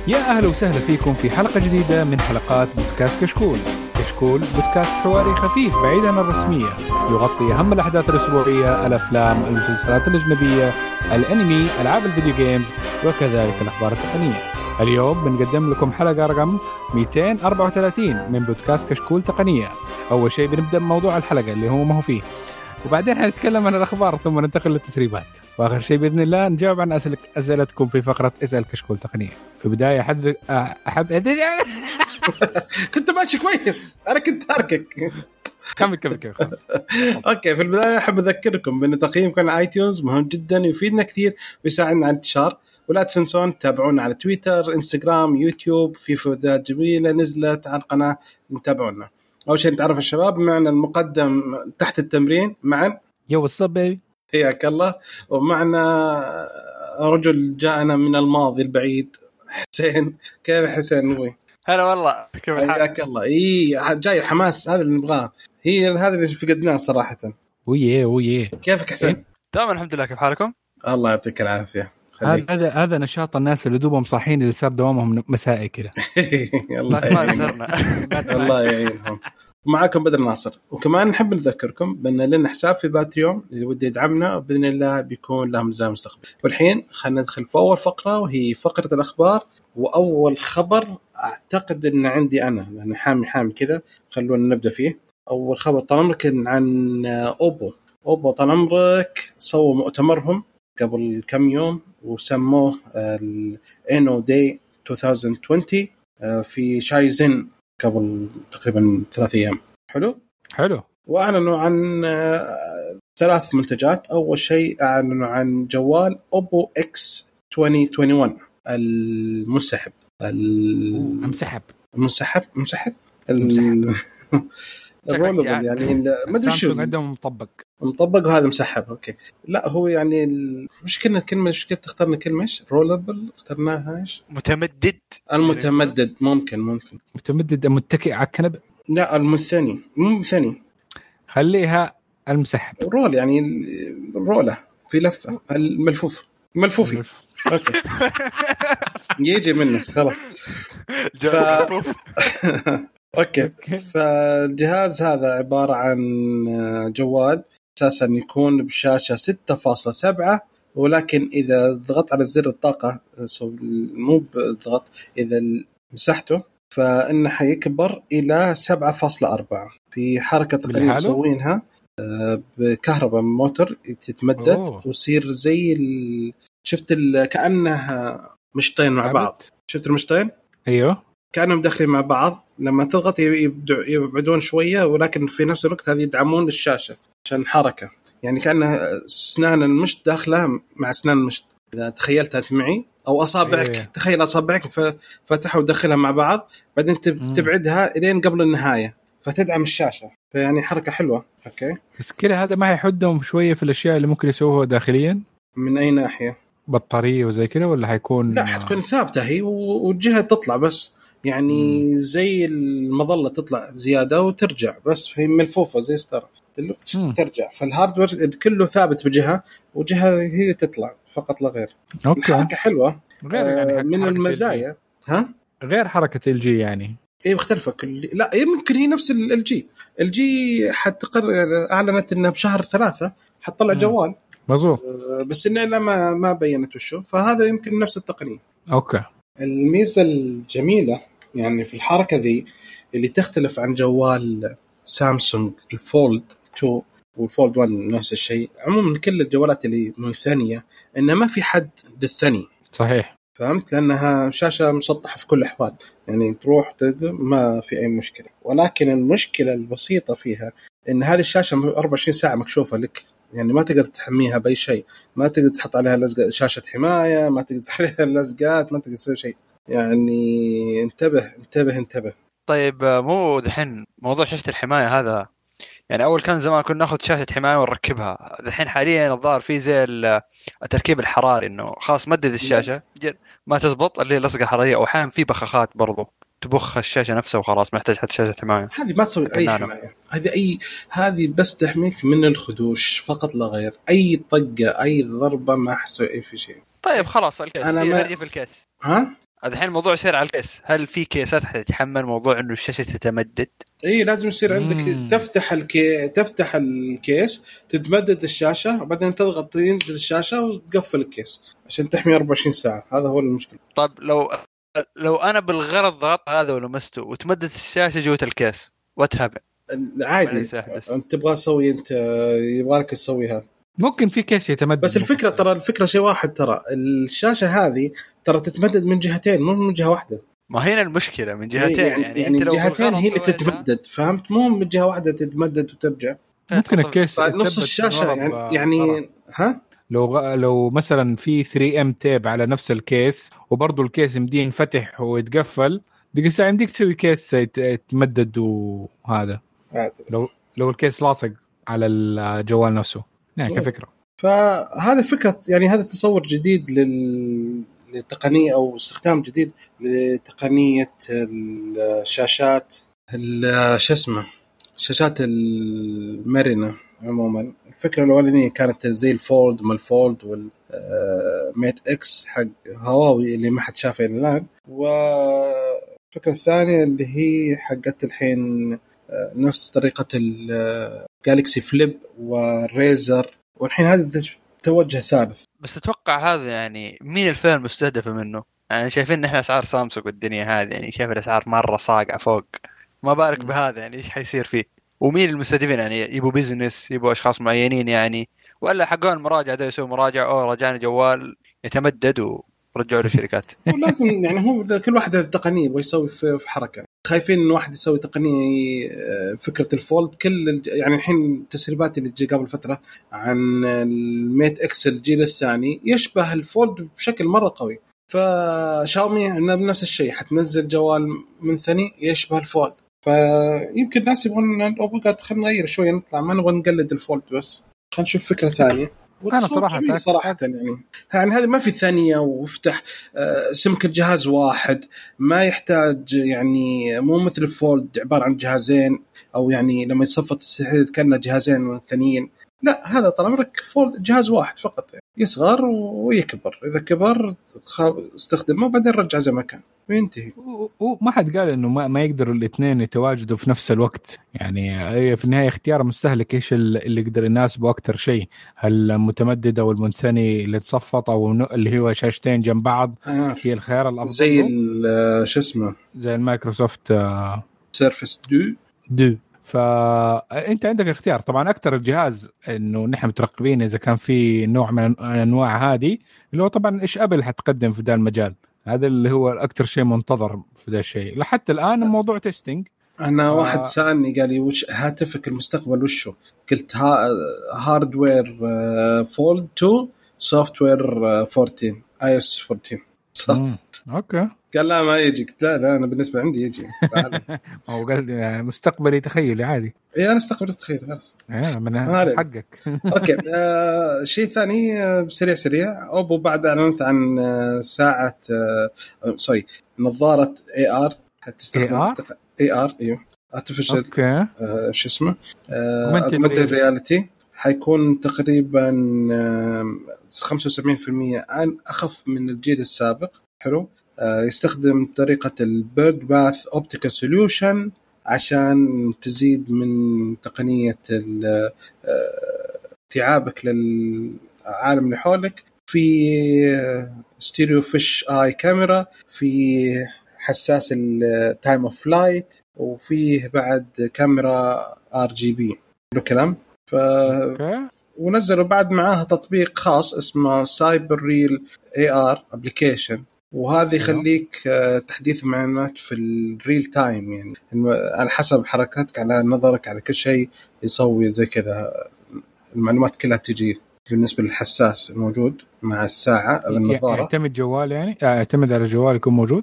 يا أهلا وسهلا فيكم في حلقة جديدة من حلقات بودكاست كشكول. كشكول بودكاست حواري خفيف بعيد عن الرسمية، يغطي أهم الأحداث الأسبوعية، الأفلام، المسلسلات الأجنبية، الأنمي، ألعاب الفيديو جيمز، وكذلك الأخبار التقنية. اليوم بنقدم لكم حلقة رقم 234 من بودكاست كشكول تقنية. أول شيء بنبدأ بموضوع الحلقة اللي هو ما هو فيه، وبعدين حنتكلم عن الأخبار ثم ننتقل للتسريبات، وآخر شيء بإذن الله نجاوب عن أسئلتكم في فقرة اسأل كشكول تقنية. في بداية أحب كنت ماشي كويس، أنا كنت تاركك. كمل خلاص. أوكي، في البداية أحب أذكركم بأن تقييمكم على آيتونز مهم جدا، يفيدنا كثير ويساعدنا على الانتشار. ولا تنسون تتابعونا على تويتر، انستغرام، يوتيوب، في فيديوهات جميلة نزلت على القناة، نتابعونا. أول شيء نتعرف الشباب معنا المقدم تحت التمرين معا يو واتساب بيبي، حياك الله. ومعنا رجل جاءنا من الماضي البعيد، حسين. كيف حسين نوي؟ هلا والله، كيف الحال؟ حياك الله. جاي حماس، هذا اللي نبغاه، هذا اللي فقدناه صراحة. ويه كيفك حسين؟ تمام الحمد لله، كيف حالكم؟ الله يعطيك العافية. هذا نشاط الناس اللي دوبهم صاحيين اللي صار دوامهم مسائي كده. ما سرنا. الله يعينهم. معكم بدر ناصر. وكمان نحب نذكركم بأن لنا حساب في باتريون اللي ودي يدعمنا وبإذن الله بيكون له مزايا مستقبل. والحين خلينا ندخل في أول فقرة، وهي فقرة الأخبار. وأول خبر أعتقد أن عندي أنا، لأن حامي كذا، خلونا نبدأ فيه. أول خبر طال عمرك عن أوبو طال عمرك سووا مؤتمرهم قبل كم يوم وسموه الانو داي 2020 في شايزن قبل تقريبا 3 أيام. حلو. واعلنوا عن 3 منتجات. اول شيء اعلنوا عن جوال اوبو اكس 2021 المسحب الرولبل، يعني ما ادري شو عندهم مطبق وهذا مسحب. اوكي، لا هو يعني المشكله مش كنت اخترنا كلمه ايش رولبل، اخترناها ايش المتمدد. ممكن متمدد متكئ على الكنبه. لا الثاني خليها المسحب رول، يعني الرولة في لفه ملفوفي. اوكي يجي منه خلاص. اوكي. فالجهاز هذا عبارة عن جوال اساسا يكون بشاشة 6.7، ولكن اذا ضغطت على زر الطاقة، مو بضغط، اذا مسحته فانه حيكبر الى 7.4 في حركة تقنية مسوينها بكهرباء موتور تتمدد ويصير زي شفت كأنه مشطين مع بعض. شفت المشطين؟ ايوه، كانهم داخلين مع بعض. لما تضغط يبعدون شويه، ولكن في نفس الوقت هذه يدعمون الشاشه عشان حركه، يعني كأن اسنان المشط داخله مع اسنان المشط. اذا تخيلتها معي، او اصابعك. أيوة. تخيل اصابعك فتحها ودخلها مع بعض، بعدين تبعدها الين قبل النهايه فتدعم الشاشه. فيعني حركه حلوه. اوكي، بس كده هذا ما يحدهم شويه في الاشياء اللي ممكن يسووها داخليا؟ من اي ناحيه؟ بطاريه وزي كده، ولا حيكون؟ لا، حتكون ثابته هي، والجهه تطلع بس، يعني زي المظلة تطلع زيادة وترجع، بس هي ملفوفة زي ستار ترجع. فالهاردوير كله ثابت بجهة، وجهة هي تطلع فقط لا غير. حركة حلوة غير يعني من المزايا. غير حركة LG يعني. ايه مختلفة لا يمكن هي نفس LG أعلنت إنها بشهر 3 حتطلع جوال مظبوط، بس إنه ما بينت وشو، فهذا يمكن نفس التقنية. أوكي. الميزة الجميلة يعني في الحركة ذي اللي تختلف عن جوال سامسونج الفولد 2 والفولد 1 نفس الشيء. عموما كل الجوالات اللي من ثانية إنه ما في حد للثاني. صحيح، فهمت، لأنها شاشة مسطحة في كل الأحوال، يعني تروح ما في أي مشكلة. ولكن المشكلة البسيطة فيها إن هذه الشاشة 24 ساعة مكشوفة لك، يعني ما تقدر تحميها بأي شيء، ما تقدر تحط عليها لزقة شاشة حماية، ما تقدر تحط عليها لزقات، ما تقدر تسوي شيء. يعني انتبه. طيب، مو دحين موضوع شاشة الحماية هذا، يعني أول كان زمان كنا نأخذ شاشة حماية ونركبها. دحين حاليا الظاهر في زي التركيب الحراري، إنه خلاص مدد الشاشة ما تزبط اللي لصقة حرارية، أو حام في بخاخات برضو تبخ الشاشة نفسها وخلاص، ما يحتاج حتى شاشة حماية. هذه ما تسوي أي حماية، هذه بس تحميك من الخدوش فقط لا غير. أي طقة أي ضربة ما حسوي أي شيء. طيب خلاص، الكيس في الكيس. الحين الموضوع يصير على الكيس. هل في كيسات حتتحمل موضوع انه الشاشه تتمدد؟ اي لازم يصير عندك تفتح الكيس، تتمدد الشاشه وبعدين تضغط ينزل الشاشه وتقفل الكيس عشان تحمي 24 ساعه. هذا هو المشكله. طب لو انا بالغرض ضغط هذا ولمسته وتمدد الشاشه جوه الكيس واتهبل عادي. انت تبغى تسوي، انت يبغالك تسويها. ممكن في كيس يتمدد، بس الفكره ترى الفكره شيء واحد، ترى الشاشه هذه ترى تتمدد من جهتين مو من جهه واحده. ما هنا المشكله من جهتين، يعني انت لو جهتين هي اللي تتمدد، فهمت؟ مو من جهه واحده تتمدد وترجع. ممكن الكيس نص الشاشه يعني ها لو مثلا في 3M تيب على نفس الكيس وبرضه الكيس يمديه ينفتح ويتقفل، دقيقة ساعة يمديك تسوي كيس يتمدد. وهذا لو الكيس لاصق على الجوال نفسه يعني كفكرة. فهذا فكرة يعني، هذا تصور جديد للتقنية أو استخدام جديد لتقنية الشاشات شو اسمه الشاشات المرنة عموما. الفكرة الأولانية كانت زي الفولد ما الفولد والميت إكس حق هواوي اللي ما حد شافه إلى الآن. والفكرة الثانية اللي هي حقت الحين نفس طريقة الجالكسي فليب والريزر، والحين هذا توجه ثالث. بس أتوقع هذا يعني مين الفئة المستهدفة منه؟ يعني شايفين إن إحنا أسعار سامسونج والدنيا هذه، يعني شايف الأسعار مرة صاقعة فوق، ما بارك بهذا يعني إيش حيصير فيه؟ ومين المستهدفين؟ يعني يبوا بيزنس، يبوا أشخاص معينين يعني، ولا حقون المراجعة ده يسوي مراجعة رجعنا جوال يتمدد ورجعوا للشركات؟ ولازم يعني هو كل واحد التقنية يبغى يسوي في حركة. خايفين إن واحد يسوي تقنية فكرة الفولد. يعني الحين التسريبات اللي جي قبل فترة عن الميت إكس الجيل الثاني يشبه الفولد بشكل مرة قوي. فشاومي نفس الشيء، حتنزل جوال من ثاني يشبه الفولد. فيمكن الناس يبغون خلينا نغير شوية، نطلع ما نبغى نقلد الفولد بس، خلينا نشوف فكرة ثانية. أنا صراحة يعني هذه ما في ثانية وافتح سمك الجهاز واحد، ما يحتاج يعني مو مثل الفولد عبارة عن جهازين، أو يعني لما يصفط كأنه جهازين ثانيين. لا، هذا طال عمرك فولد جهاز واحد فقط، يعني يصغر ويكبر، إذا كبر استخدمه وبعدين رجع زي ما كان وينتهي. وما حد قال إنه ما يقدروا الاثنين يتواجدوا في نفس الوقت. يعني في النهاية اختيار مستهلك إيش اللي يقدر يناسبه أكتر شيء، هل المتمدد أو المنثني اللي تصفط أو اللي هو شاشتين جنب بعض هي الخيار الأفضل. زي شو اسمه زي المايكروسوفت سيرفس دو. فأنت عندك اختيار. طبعا أكتر الجهاز إنه نحن مترقبين إذا كان في نوع من أنواع هذه اللي هو طبعا إيش أبل حتقدم في ذا المجال، هذا اللي هو أكتر شيء منتظر في ذا الشيء لحتى الآن. موضوع تيستينج. أنا واحد سألني قال لي وش هاتفك المستقبل وشو؟ قلت هاردوير فولد 2 سوفتوير 14 iOS 14 صح؟ أوكي. قال لا ما يجي. قلت لا أنا بالنسبة عندي يجي. هو قال مستقبلي تخيلي عادي. إيه أنا استقبلت تخيل خلاص. من حقك. أوكي. شيء ثاني سريع أوبو بعد أعلنت عن ساعة نظارة AR هتستخدم AR ايوه artificial شو اسمه augmented reality. حيكون تقريبا 75% اخف من الجيل السابق. حلو. يستخدم طريقة البيرد باث اوبتيكال سوليوشن عشان تزيد من تقنية استيعابك للعالم اللي حولك. في ستيريو فيش اي كاميرا، في حساس التايم اوف فلايت، وفيه بعد كاميرا RGB بالكلام. ونزلوا بعد معاها تطبيق خاص اسمه سايبر ريل AR ابليكيشن، وهذا يخليك تحديث معلومات في الريل تايم، يعني على حسب حركاتك على نظرك على كل شيء يسوي زي كذا. المعلومات كلها تجي بالنسبة للحساس الموجود مع الساعة النظارة. يعتمد جوال يعني يعتمد على الجوال يكون موجود.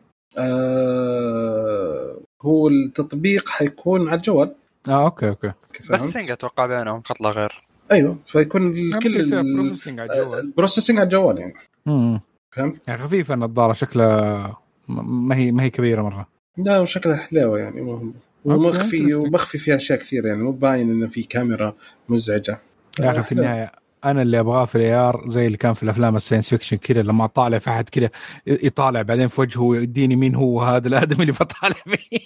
هو التطبيق حيكون على الجوال. اوكي بس سنج اتوقع بينهم خط لا غير. ايوه فيكون كل البروسيسنج على الجوال يعني. فهمت يعني خفيفه النظاره شكلها ما هي كبيره مره. لا وشكلها حلوه يعني ومخفي فيها اشياء كثير يعني مو باين انه في كاميرا مزعجه يا اخي في النهايه انا اللي ابغاه في الAR زي اللي كان في الافلام الساينس فيكشن كذا، لما اطالع في احد كذا يطالع بعدين في وجهه يديني مين هو هذا الادمي اللي بطالع فيه.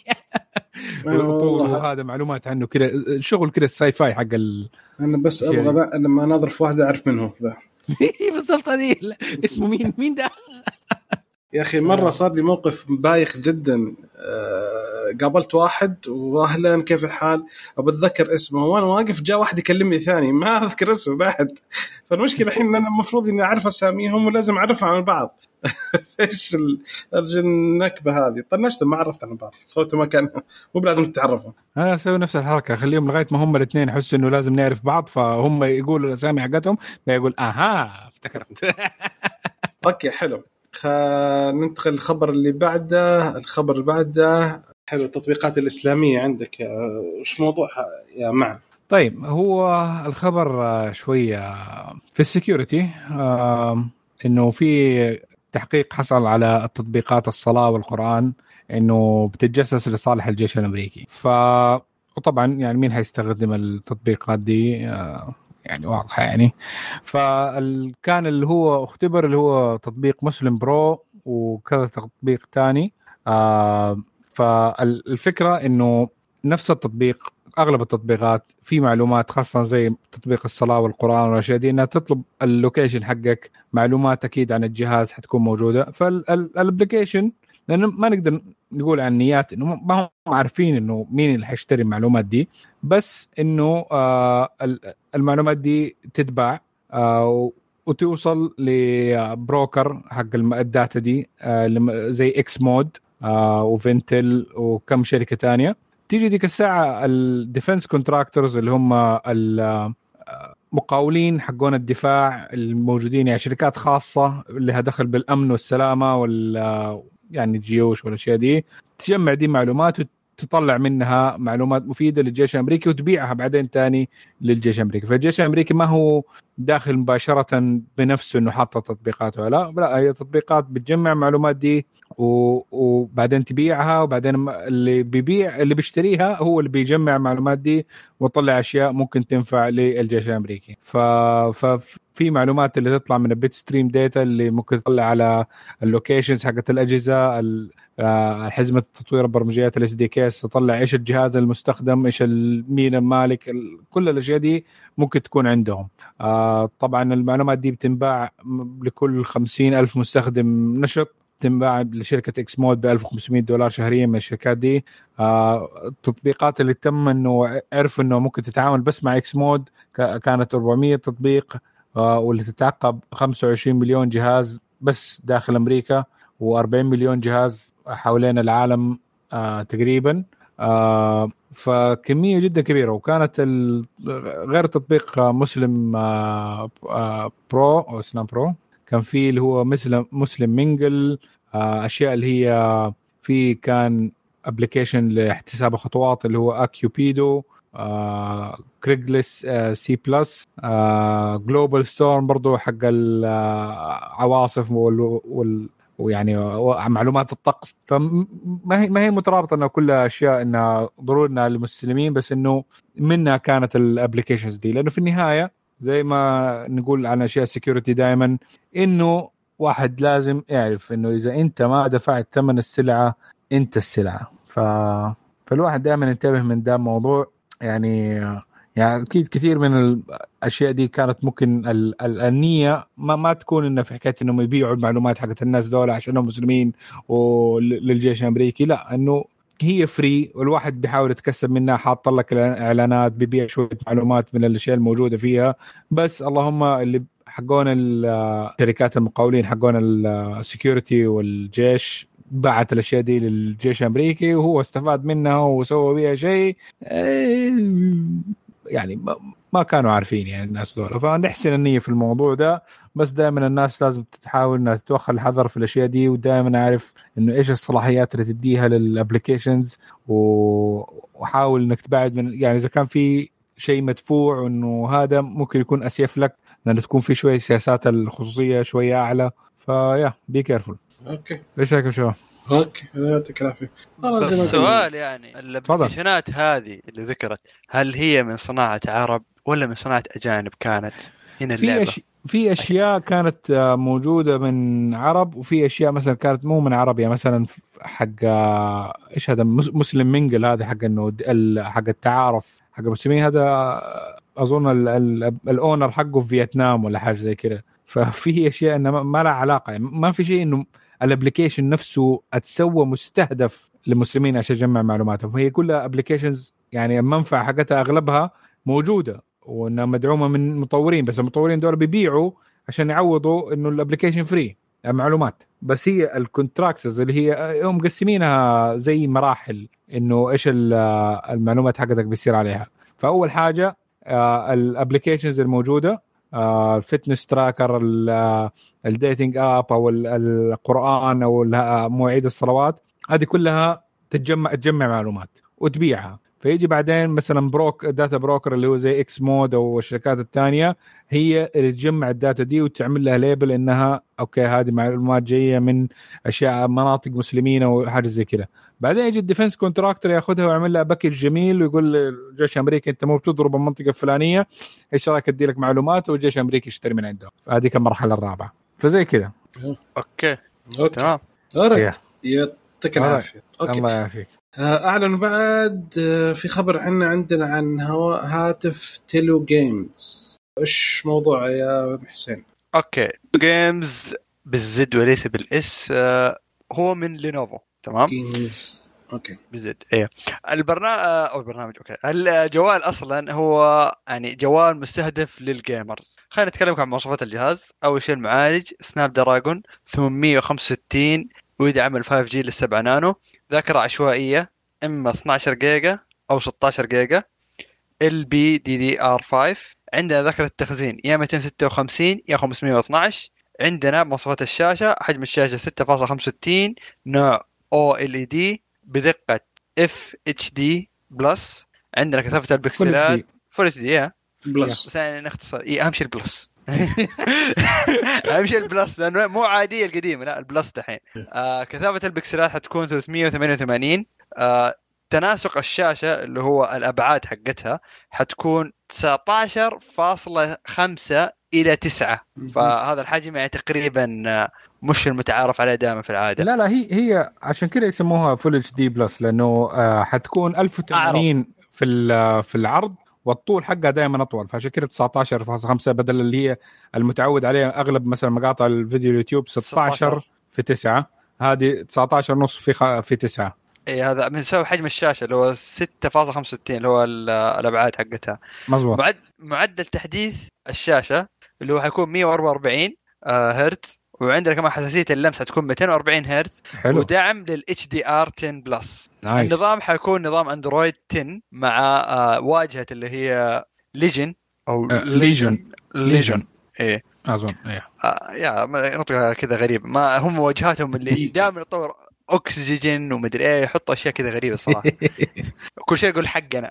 وهذا معلومات عنه كذا، شغل كذا الساي فاي حق انا بس ابغى لما اناظر في واحد اعرف من هو ذا. بالضبط هذه اسمه مين ده. يا اخي مره صار لي موقف بايخ جدا. قابلت واحد واهلا كيف الحال، ابتذكر اسمه وانا واقف جاء واحد يكلمني ثاني ما اذكر اسمه بعد. فالمشكله الحين انا المفروض اني اعرف اساميهم ولازم اعرفها عن بعض. ايش النكبه هذه؟ طنشت ما عرفت عن بعض، صوته ما كان مو بلازم تتعرفوا. انا اسوي نفس الحركه، اخليهم لغايه ما هم الاثنين يحسوا انه لازم نعرف بعض، فهم يقولوا الاسامي حقتهم فيقول اها افتكرت. اوكي حلو. ننتقل الخبر اللي بعده. الخبر اللي بعده حلو، التطبيقات الإسلامية عندك وش موضوعها يا معن؟ طيب هو الخبر شوية في السيكيورتي، إنه في تحقيق حصل على التطبيقات الصلاة والقرآن إنه بتتجسس لصالح الجيش الأمريكي. وطبعا يعني مين هيستخدم التطبيقات دي؟ يعني واضحة يعني. فكان اللي هو اختبر اللي هو تطبيق مسلم برو وكذا تطبيق تاني. فالفكرة إنه نفس التطبيق أغلب التطبيقات في معلومات خاصة زي تطبيق الصلاة والقرآن والأشياء دي إنها تطلب اللوكيشن حقك، معلومات أكيد عن الجهاز حتكون موجودة. فالابليكيشن لأنه ما نقدر نقول عن نيات إنه ما هم عارفين إنه مين اللي حيشتري المعلومات دي، بس إنه المعلومات دي تتباع وتوصل لبروكر حق الداتا دي زي إكس مود وفنتل وكم شركة تانية. تيجي ديك الساعة الديفنس كونتراكتورز اللي هم المقاولين حقون الدفاع الموجودين، يعني شركات خاصة اللي هدخل بالأمن والسلامة يعني الجيوش والأشياء دي، تجمع دي معلومات وتطلع منها معلومات مفيدة للجيش الأمريكي وتبيعها بعدين تاني للجيش الأمريكي. فالجيش الأمريكي ما هو داخل مباشرة بنفسه إنه حاطة تطبيقاته، لا هي تطبيقات بتجمع معلومات دي وبعدين تبيعها، وبعدين اللي بيشتريها هو اللي بيجمع معلومات دي ويطلع أشياء ممكن تنفع للجيش الأمريكي. ففي معلومات اللي تطلع من البيت ستريم داتا اللي ممكن تطلع على اللوكيشنز حقت الأجهزة، الحزمة التطوير البرمجيات SDK تطلع إيش الجهاز المستخدم، إيش مين المالك، كل الأشياء دي ممكن تكون عندهم. طبعا المعلومات دي بتنباع لكل 50,000 مستخدم نشط، تنباع لشركة إكس مود $1,500 شهريا من الشركات دي. التطبيقات اللي تم إنه عرف إنه ممكن تتعامل بس مع إكس مود كانت 400 تطبيق، واللي تتعقب 25 مليون جهاز بس داخل أمريكا و40 مليون جهاز حوالين العالم تقريبا. فكمية جدا كبيرة. وكانت غير تطبيق مسلم برو أو إسلام برو، كان في اللي هو مسلم مينجل، أشياء اللي هي في كان ابليكيشن لاحتساب خطوات اللي هو أكيوبيدو، كريغلس سي بلس، جلوبال ستورم برضو حق العواصف ويعني معلومات الطقس. فما هي مترابطة انه كل اشياء انها ضرورنا للمسلمين، بس انه منها كانت الابليكيشنز دي. لانه في النهاية زي ما نقول عن اشياء سيكيورتي دائما، انه واحد لازم يعرف انه اذا انت ما دفعت ثمن السلعة انت السلعة. فالواحد دائما ينتبه من ده الموضوع. يعني اكيد كثير من الاشياء دي كانت ممكن النية ما تكون انه في حكايه انهم يبيعوا المعلومات حقت الناس دول عشانهم مسلمين وللجيش الامريكي، لا، انه هي فري والواحد بيحاول يتكسب منها، حاط لك الاعلانات، بيبيع شويه معلومات من الاشياء الموجوده فيها. بس اللهم اللي حقون الشركات المقاولين حقون السكيورتي والجيش بعت الاشياء دي للجيش الامريكي وهو استفاد منها وسوى بيها شيء يعني ما كانوا عارفين يعني الناس دول. فنحسن النية في الموضوع ده، بس دائما الناس لازم تحاول انها تتوخى الحذر في الاشياء دي، ودائما اعرف انه ايش الصلاحيات اللي تديها للابليكيشنز، وحاول انك تبعد من يعني اذا كان في شيء مدفوع انه هذا ممكن يكون اسيف لك، لانه تكون في شويه سياسات الخصوصيه شويه اعلى. فيا بي كيرفول. اوكي ايش رايك يا شباب؟ اوكي يعطيك العافيه. بس السؤال يعني الابلكيشنات هذه اللي ذكرت، هل هي من صناعة عرب ولا من صناعة أجانب كانت؟ هنا اللعبة. في اشياء كانت موجوده من عرب، وفي اشياء مثلا كانت مو من عرب، يعني مثلا حق ايش هذا مسلم مينجل، هذا حق انه حق التعارف حق المسلمين، هذا اظن الاونر حقه في فيتنام ولا حاجه زي كده. ففي اشياء انه ما لها علاقه، يعني ما في شيء انه الابلكيشن نفسه اتسوى مستهدف للمسلمين عشان يجمع معلوماتهم. هي كلها ابلكيشنز يعني المنفعه حقتها اغلبها موجوده وانها مدعومه من مطورين، بس المطورين دول بيبيعوا عشان يعوضوا انه الابلكيشن فري معلومات. بس هي الكونتراكتس اللي هي هم مقسمينها زي مراحل، انه ايش المعلومات حقتك بيصير عليها. فاول حاجه الابلكيشنز الموجوده، الفتنس تراكر، الديتنج اب، او القرآن، او مواعيد الصلوات، هذه كلها تجمع معلومات وتبيعها. فيجي بعدين مثلا داتا بروكر اللي هو زي اكس مود او الشركات الثانيه، هي اللي تجمع الداتا دي وتعمل لها ليبل انها اوكي هذه معلومات جايه من اشياء مناطق مسلمين او حاجه زي كده. بعدين يجي الديفنس كونتراكتور ياخذها ويعمل لها باكج جميل ويقول للجيش الامريكي انت مو بتضرب المنطقه الفلانيه، ايش رايك ادي لك معلومات والجيش الامريكي يشتري من عنده. فهذه كم المرحله الرابعه. فزي كده. اوكي تمام. يعطيك العافيه. الله يعافيك. اعلن بعد في خبر عندنا عن هاتف تيلو جيمز. ايش موضوع يا حسين؟ اوكي، جيمز بالزد وليس بالاس. هو من لينوفو. تمام. جيمز اوكي بالزد. ايه البرنامج اوكي. الجوال اصلا هو يعني جوال مستهدف للجيمرز. خلينا نتكلم عن مواصفات الجهاز. اول شيء المعالج سناب دراجون 865 ويدعم ال 5G لل7 نانو. ذاكرة عشوائية اما 12 جيجا او 16 جيجا LPDDR5. عندنا ذاكرة التخزين يا 256 يا 512. عندنا مواصفات الشاشة، حجم الشاشة 6.65 نوع OLED بدقة FHD بلس. عندنا كثافة البكسلات فول HD بلس، بس يعني نختصر اهم شيء البلس. اهم شيء البلس لانه مو عادية القديمة، لا البلس دحين. كثافة البكسلات حتكون 388. تناسق الشاشة اللي هو الأبعاد حقتها حتكون 19.5 إلى 9. فهذا الحجم يعني تقريبا مش المتعارف عليه دائما في العادة. لا هي عشان كده يسموها فول اتش دي بلس، لأنه حتكون 1080 في العرض، والطول حقها دائما أطول، فعشان كده 19.5 بدل اللي هي المتعود عليه أغلب مثلا مقاطع الفيديو اليوتيوب 16 في 9، هذه 19 نص في 9. ايه هذا من سبب حجم الشاشة اللي هو 6.65 اللي هو الأبعاد حقتها. مظبوط. معدل تحديث الشاشة اللي هو حيكون 144 هرتز، وعندنا كمان حساسية اللمس حتكون 240 هرتز. حلو. ودعم للHDR 10 بلس. نايس. النظام حيكون نظام اندرويد 10 مع واجهة اللي هي ليجن او ليجن ايه اظن ايه يا نطقها كذا غريب. ما هم واجهاتهم اللي دائما يطور اكسجين ومدري ايه، يحطوا اشياء كذا غريبه الصراحه. كل شيء يقول حقنا.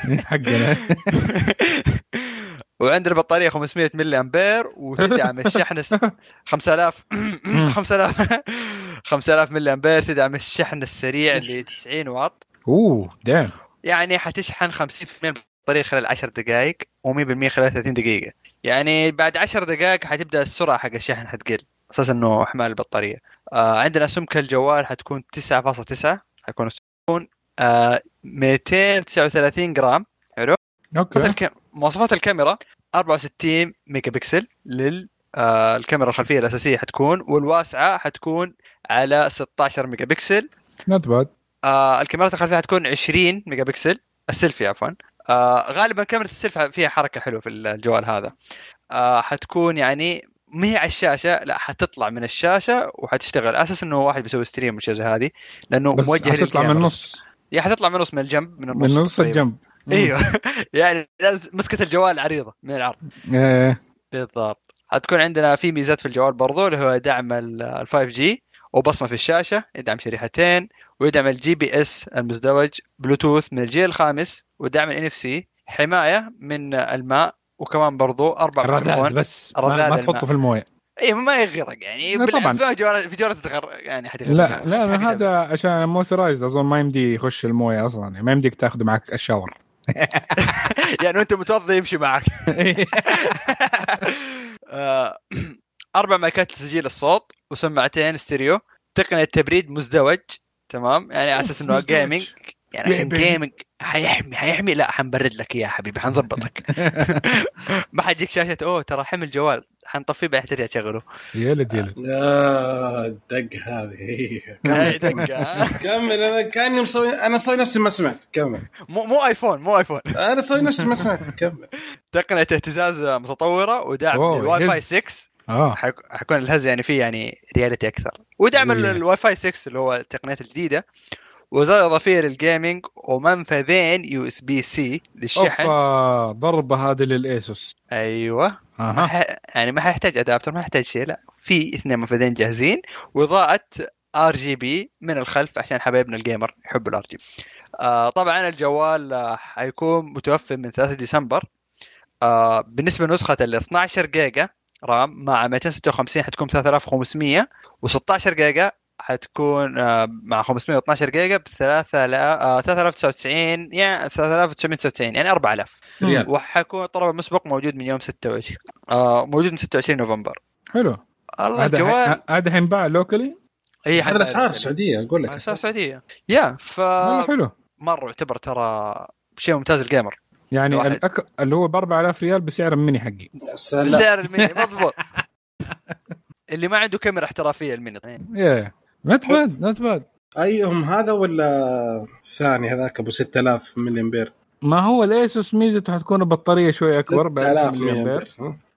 وعندنا بطاريه 500 ملي امبير وتدعم الشحن 5000 ملي امبير. تدعم الشحن السريع ل 90 واط. دام يعني حتشحن 50% من البطاريه خلال 10 دقائق و100% خلال 30 دقيقه. يعني بعد 10 دقائق حتبدا السرعه حق الشحن حتقل اساس انه احمال البطاريه. عندنا سمك الجوال حتكون 9.9، حيكون 239 جرام. حلو. اوكي. مواصفات الكاميرا 64 ميجا بكسل الكاميرا الخلفيه الاساسيه حتكون، والواسعه حتكون على 16 ميجا بكسل. نوت باد. الكاميرات الخلفيه حتكون 20 ميجا بكسل. السيلفي عفوا. غالبا كاميرا السيلفي فيها حركه حلوه في الجوال هذا. حتكون يعني ما هي على الشاشة، لا حتطلع من الشاشة وحتشتغل أساس إنه واحد بيسوي ستريم والشيء هذه، لأنه موجه للجيمرز. حتطلع من النص. يا حتطلع من النص، من الجنب، من النص الجنب. ايوه. يعني لازم مسكة الجوال عريضة من العرض. بالضبط. حتكون عندنا في ميزات في الجوال برضو اللي هو دعم ال 5G وبصمة في الشاشة، يدعم شريحتين، ويدعم الجي بي اس المزدوج، بلوتوث من الجيل الخامس، ودعم NFC، حماية من الماء، وكمان برضو 4 ميكروفون. بس ما تحطه في المويه. ايه ما يغرق يعني طبعا في جوالات تغرق يعني لا هذا عشان موتورايز اظن ما يمدي يخش المويه اصلا، يعني ما يمديك تاخذه معك الشاور. يعني أنت متوظف يمشي معك. 4 مايكات لتسجيل الصوت وسماعتين ستيريو، تقنية تبريد مزدوج، تمام، يعني على اساس انه جيمنج، يعني عشان جيمنج حيحمي لا حنبرد لك اياه حبيبي، حنظبطك. ما حيجيك شاشة اوه ترى حمل جوال، حنطفيه بعد ترجع تشغله. يلد لا الدق هذه كمل انا كاني مسوي، انا سوي نفسي ما سمعت. كمل. مو ايفون انا سوي نفسي ما سمعت. كمل. تقنية اهتزاز متطورة ودعم للواي فاي 6. حيكون الهز يعني فيه يعني رياليتي اكثر، ودعم الواي فاي 6 اللي هو التقنيات الجديدة، وزارة إضافية للجيمنج، ومنفذين يو اس بي سي للشحن. ضربة هذه للإيسوس. أيوة. يعني ما حيحتاج أدابتر، ما حيحتاج شيء، لا في 2 منفذين جاهزين، وإضاءة RGB من الخلف عشان حبايبنا الجيمر يحبوا الRGB. طبعا الجوال حيكون متوفر من 3 ديسمبر. بالنسبة لنسخة ال 12 جيجا رام مع 256 حتكون 3500، و16 جيجا حتكون مع 512 جيجا ب 3099 يعني 3999 يعني 4000 ريال. وحيكون الطلب المسبق موجود من يوم 26 موجود من 26 نوفمبر. حلو. الله الجوال هذا حينباع لوكالي. اي هذا الاسعار السعوديه اقول لك، اسعار السعوديه حلو مره يعتبر ترى شيء ممتاز الجيمر. يعني اللي هو ب 4000 ريال بسعر الميني حقي، بسعر الميني مضبوط. اللي ما عنده كاميرا احترافيه الميني not bad. ايهم هذا ولا ثاني هذاك ابو 6000 ملي امبير؟ ما هو الاسوس ميزته حتكون البطاريه شوي اكبر ب 6000 ملي امبير.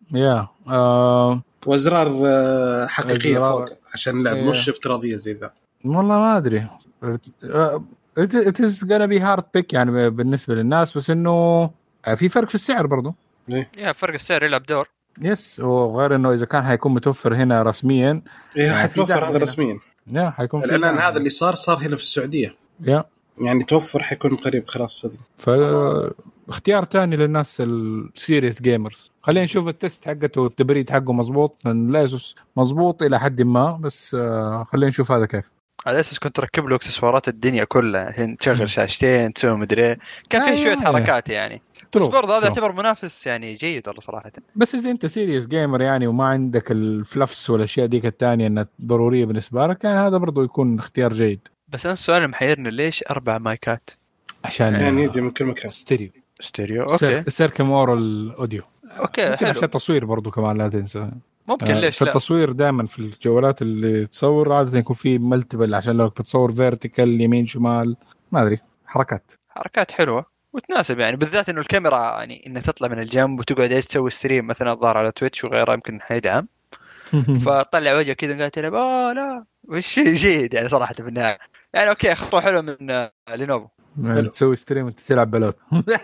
وازرار حقيقيه فوق عشان اللعب مش افتراضيه زي ذا. والله ما ادري. it is gonna be hard pick يعني بالنسبه للناس، بس انه في فرق في السعر برضو. يا فرق السعر يلعب دور. يس، وغير انه اذا كان حيكون متوفر هنا رسميا حيتوفر هذا رسميا. حيكون الان هذا اللي صار هنا في السعوديه. يعني توفر حيكون قريب خلاص صدق. اختيار تاني للناس السيريس جيمرز. خلينا نشوف التست حقته والتبريد حقه مظبوط، لأن الاسوس مظبوط الى حد ما، بس خلينا نشوف هذا كيف. على اساس كنت ركب له اكسسوارات الدنيا كلها عشان تشغل شاشتين تسوي مدري، كان في شويه حركات يعني، بس برضه هذا يعتبر منافس يعني جيد والله صراحه. بس اذا انت سيريس جيمر يعني وما عندك الفلفس والاشياء ديك الثانيه انها ضروريه بالنسبه لك، يعني هذا برضه يكون اختيار جيد. بس انا السؤال محيرني، ليش 4 مايكات؟ عشان يعني يجي من كل مكان ستيريو اوكي، سيركم اورال اوديو اوكي حلو. عشان التصوير برضو كمان لا تنسى، ممكن ليش في التصوير دائما في الجوالات اللي تصور عاده يكون في ملتبل، عشان لو بتصور فيرتيكال يمين شمال ما ادري، حركات حلوه وتناسب يعني، بالذات انه الكاميرا يعني انها تطلع من الجنب وتقعد تسوي ستريم مثلا الظاهر على تويتش وغيره يمكن حيدعم. فطلع وجهه كذا قاعد تلعب لا وش جيد يعني صراحه في النهايه يعني. اوكي خطوه حلوه من لينوفو تسوي ستريم وانت تلعب بلوت.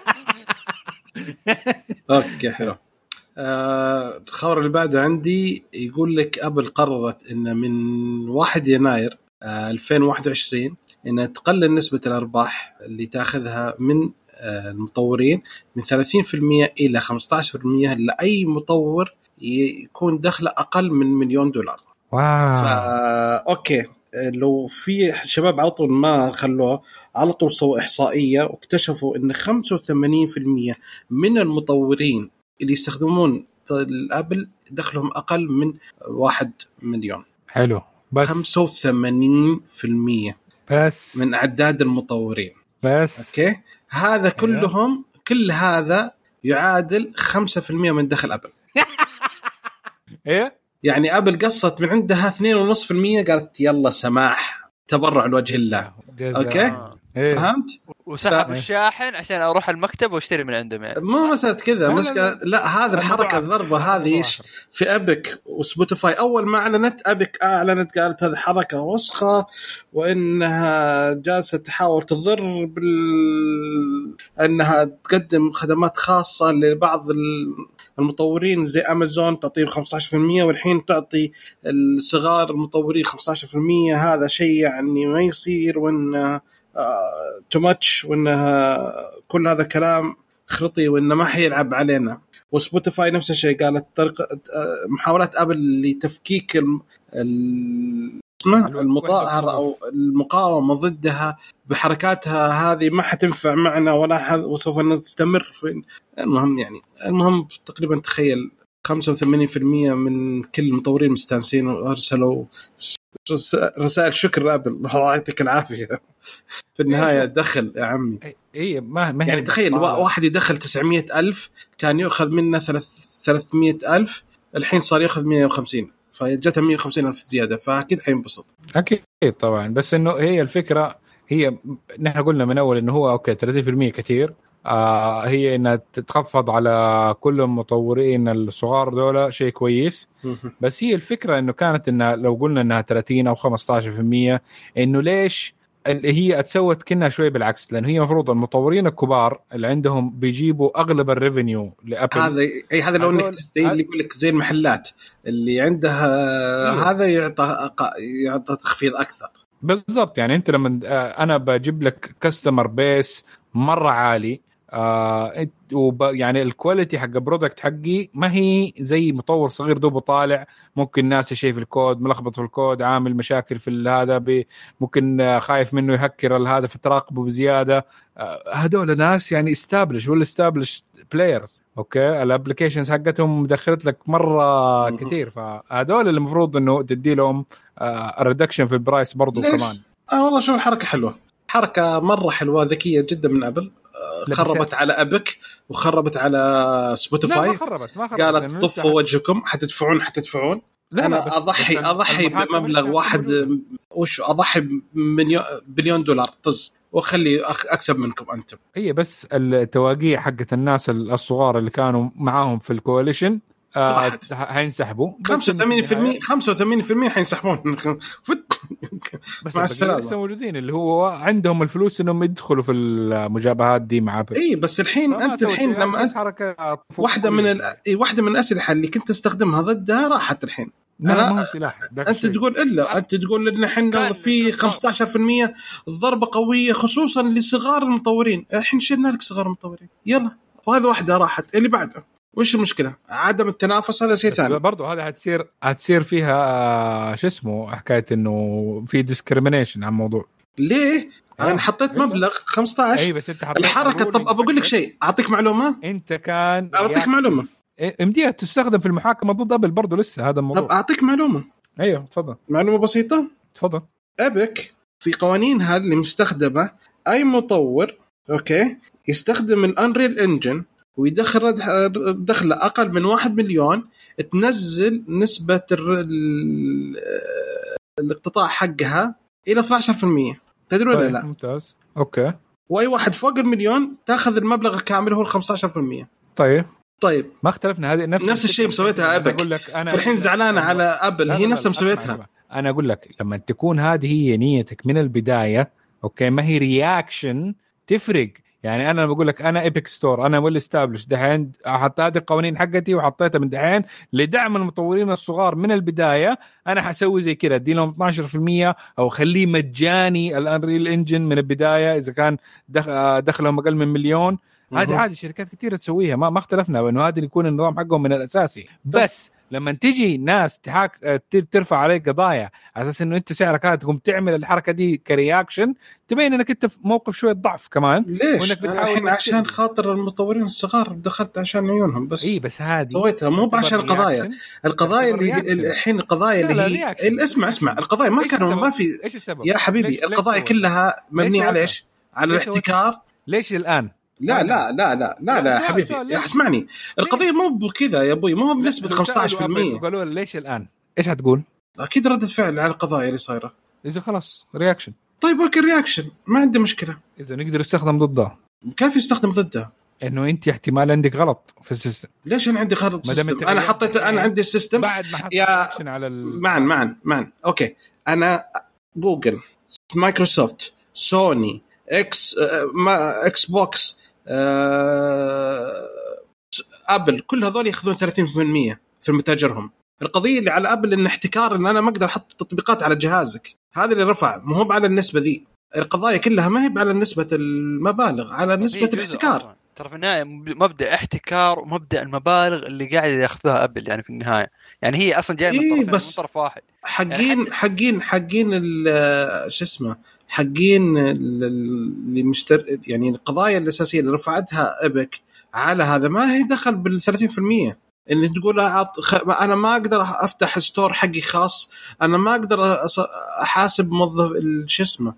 اوكي حلو. الخبر اللي بعده عندي يقول لك ابل قررت ان من 1 يناير 2021 ان تقلل نسبة الارباح اللي تاخذها من المطورين من 30% الى 15% لاي مطور يكون دخله اقل من $1,000,000. اوكي لو في شباب على طول ما خلوها على طول سووا إحصائية واكتشفوا إن 85% من المطورين اللي يستخدمون الأبل دخلهم أقل من 1 مليون. حلو. بس 85% بس من أعداد المطورين. بس أوكي هذا كلهم كل هذا يعادل 5% من دخل أبل. إيه يعني أبل قصت من عندها 2.5%، قالت يلا سماح تبرع لوجه الله. أوكي فهمت؟ وسحب الشاحن عشان أروح المكتب واشتري من عندهم يعني. مو مسألة كذا لا هذا الحركة الضربة هذه في أبك وسبوتيفاي. أول ما أعلنت أبك أعلنت قالت هذه حركة وسخة وإنها جالسة تحاول تضر أنها تقدم خدمات خاصة لبعض المطورين زي أمازون تعطيه 15% والحين تعطي الصغار المطورين 15%. هذا شيء يعني ما يصير، وإن too much، وإنها كل هذا كلام خرطي، وإنه ما حيلعب علينا. وسبوتيفاي نفس الشيء قالت محاولات أبل لتفكيك المظاهرة أو المقاومة ضدها بحركاتها هذه ما حتنفع معنا وسوف نستمر في المهم تقريبا تخيل 85% من كل المطورين مستانسين وأرسلوا رسائل شكر لأبل، الله يعطيك العافية. في النهاية دخل يا عمي ما يعني تخيل واحد يدخل 900,000 كان يأخذ منه 300,000 الحين صار يأخذ 150 فجتها 150,000 زيادة فأكيد حينبسط. أكيد طبعا، بس إنه هي الفكرة هي نحن قلنا من أول إنه هو أوكي 30% كتير، هي إنها تتخفض على كل المطورين الصغار دولة شيء كويس. بس هي الفكرة إنه كانت إنها لو قلنا إنها 30 أو 15% إنه ليش هي اتسوت كنا شوي بالعكس، لأنه هي مفروض المطورين الكبار اللي عندهم بيجيبوا أغلب الريفينيو لأبل. هذا لو إنك اللي يقول لك زي المحلات اللي عندها هذا يعطى تخفيض أكثر. بالضبط، يعني أنت لما أنا بجيب لك كاستمر بيس مرة عالي، يعني الكواليتي حق البرودكت حقي ما هي زي مطور صغير دوبه طالع ممكن ناس شيء في الكود ملخبط في الكود عامل مشاكل في هذا ممكن خايف منه يهكر هذا في تراقبه بزيادة. هذول ناس يعني استابلش ولا استابلش بلايرز، اوكي الابليكيشنز حقتهم مدخلت لك مرة كثير، فهذول اللي المفروض انه تدي لهم الريدكشن في البرايس برضو كمان. والله شو حركة حلوة، حركة مرة حلوة ذكية جدا من أبل. خربت على أبك وخربت على سبوتيفاي. ما خربت. قالت طفوا وجهكم حتدفعون. أنا أضحي بمبلغ واحد وش أضحي بليون دولار طز وخلي أكسب منكم أنتم. هي بس التواقيع حقت الناس الصغار اللي كانوا معاهم في الكواليشن هينسحبوا 85% حينسحبون مع السلامة. لسه موجودين اللي هو عندهم الفلوس انهم يدخلوا في المجابهات دي مع اي بس الحين انت لما واحده من الاسلحه اللي كنت تستخدمها ضدها راحت الحين. انت تقول ان احنا في 15% ضربه قويه خصوصا لصغار المطورين. الحين شلنا لك صغار المطورين يلا، وهذا واحدة راحت. اللي بعده وش المشكلة؟ عدم التنافس هذا شيء ثاني برضو. هذا هتصير فيها شو اسمه حكاية انه في ديسكريمينيشن عن موضوع. ليه؟ انا حطيت مبلغ 15. اي بس انت الحركة. طب بقول لك شيء، اعطيك معلومة. انت اعطيك معلومة امديها تستخدم في المحاكمة ضد ابل برضو لسه هذا الموضوع. طب اعطيك معلومة. ايوه تفضل. معلومة بسيطة تفضل. ابك في قوانينها اللي مستخدمة اي مطور اوكي يستخدم الانريل انجن ويدخل دخل أقل من 1 مليون تنزل نسبة الاقتطاع حقها إلى 12%. تدرون ولا لا؟ ممتاز. أوكي. وأي واحد فوق المليون تأخذ المبلغ الكامل هو 15%. طيب ما اختلفنا. هذه نفس الشيء مسويتها أبك. في الحين زعلانة على أبل. هي نفسها مسويتها. أنا أقول لك لما تكون هذه هي نيتك من البداية أوكي ما هي رياكشن تفرق. يعني أنا بقول لك أنا إيبك ستور أنا ويل استابلش دحين حطيت هذه القوانين حقتي وحطيتها من دحين لدعم المطورين الصغار من البداية. أنا حسوي زي كده أدي لهم 12% أو خليه مجاني الأنريل إنجن من البداية إذا كان دخلهم أقل من مليون. هذه عادي شركات كتيرة تسويها ما اختلفنا وإنه هذا يكون النظام حقهم من الأساسي. بس لما تيجي ناس ترفع عليك قضايا على اساس انه انت سعرك هذا تقوم تعمل الحركه دي كرياكشن تبين انك انت في موقف شويه ضعف كمان. ليش؟ وانك بتحاول عشان خاطر المطورين الصغار دخلت عشان عيونهم بس. بس هذه سويتها مو عشان القضايا اللي الحين القضايا اللي اسمع القضايا ما كانوا ما في. ايش السبب يا حبيبي؟ القضايا كلها مبنيه على ايش؟ على الاحتكار. ليش الان؟ لا حبيبي اسمعني. القضية مو بكذا يا ابوي، مو بنسبة 15%. قالوا ليش الآن؟ ايش هتقول؟ اكيد ردة فعل على القضايا اللي صايرة. اذا خلاص رياكشن. طيب اوكي رياكشن ما عندي مشكلة. اذا نقدر نستخدم ضدها. كيف يستخدم ضدها؟ انه انت احتمال عندك غلط في السيستم. ليش انا عندي غلط في السيستم؟ انا حطيت انا عندي السيستم بعد ما يا على معن اوكي. انا جوجل مايكروسوفت سوني اكس بوكس ابل كل هذول ياخذون 30% في متاجرهم. القضيه اللي على ابل ان احتكار ان انا ما اقدر احط تطبيقات على جهازك. هذا اللي رفع مو على النسبه ذي. القضايا كلها ما هي على نسبه المبالغ على نسبه الاحتكار. ترى في النهايه مبدا احتكار ومبدا المبالغ اللي قاعد ياخذها ابل يعني في النهايه، يعني هي اصلا جايه من طرفين مو من طرف واحد. حقين شو اسمه، حقين اللي يعني القضايا الاساسيه اللي رفعتها ابك على هذا ما هي دخل بال 30%. اللي تقول انا ما اقدر افتح ستور حقي خاص، انا ما اقدر احاسب موظف شو اسمه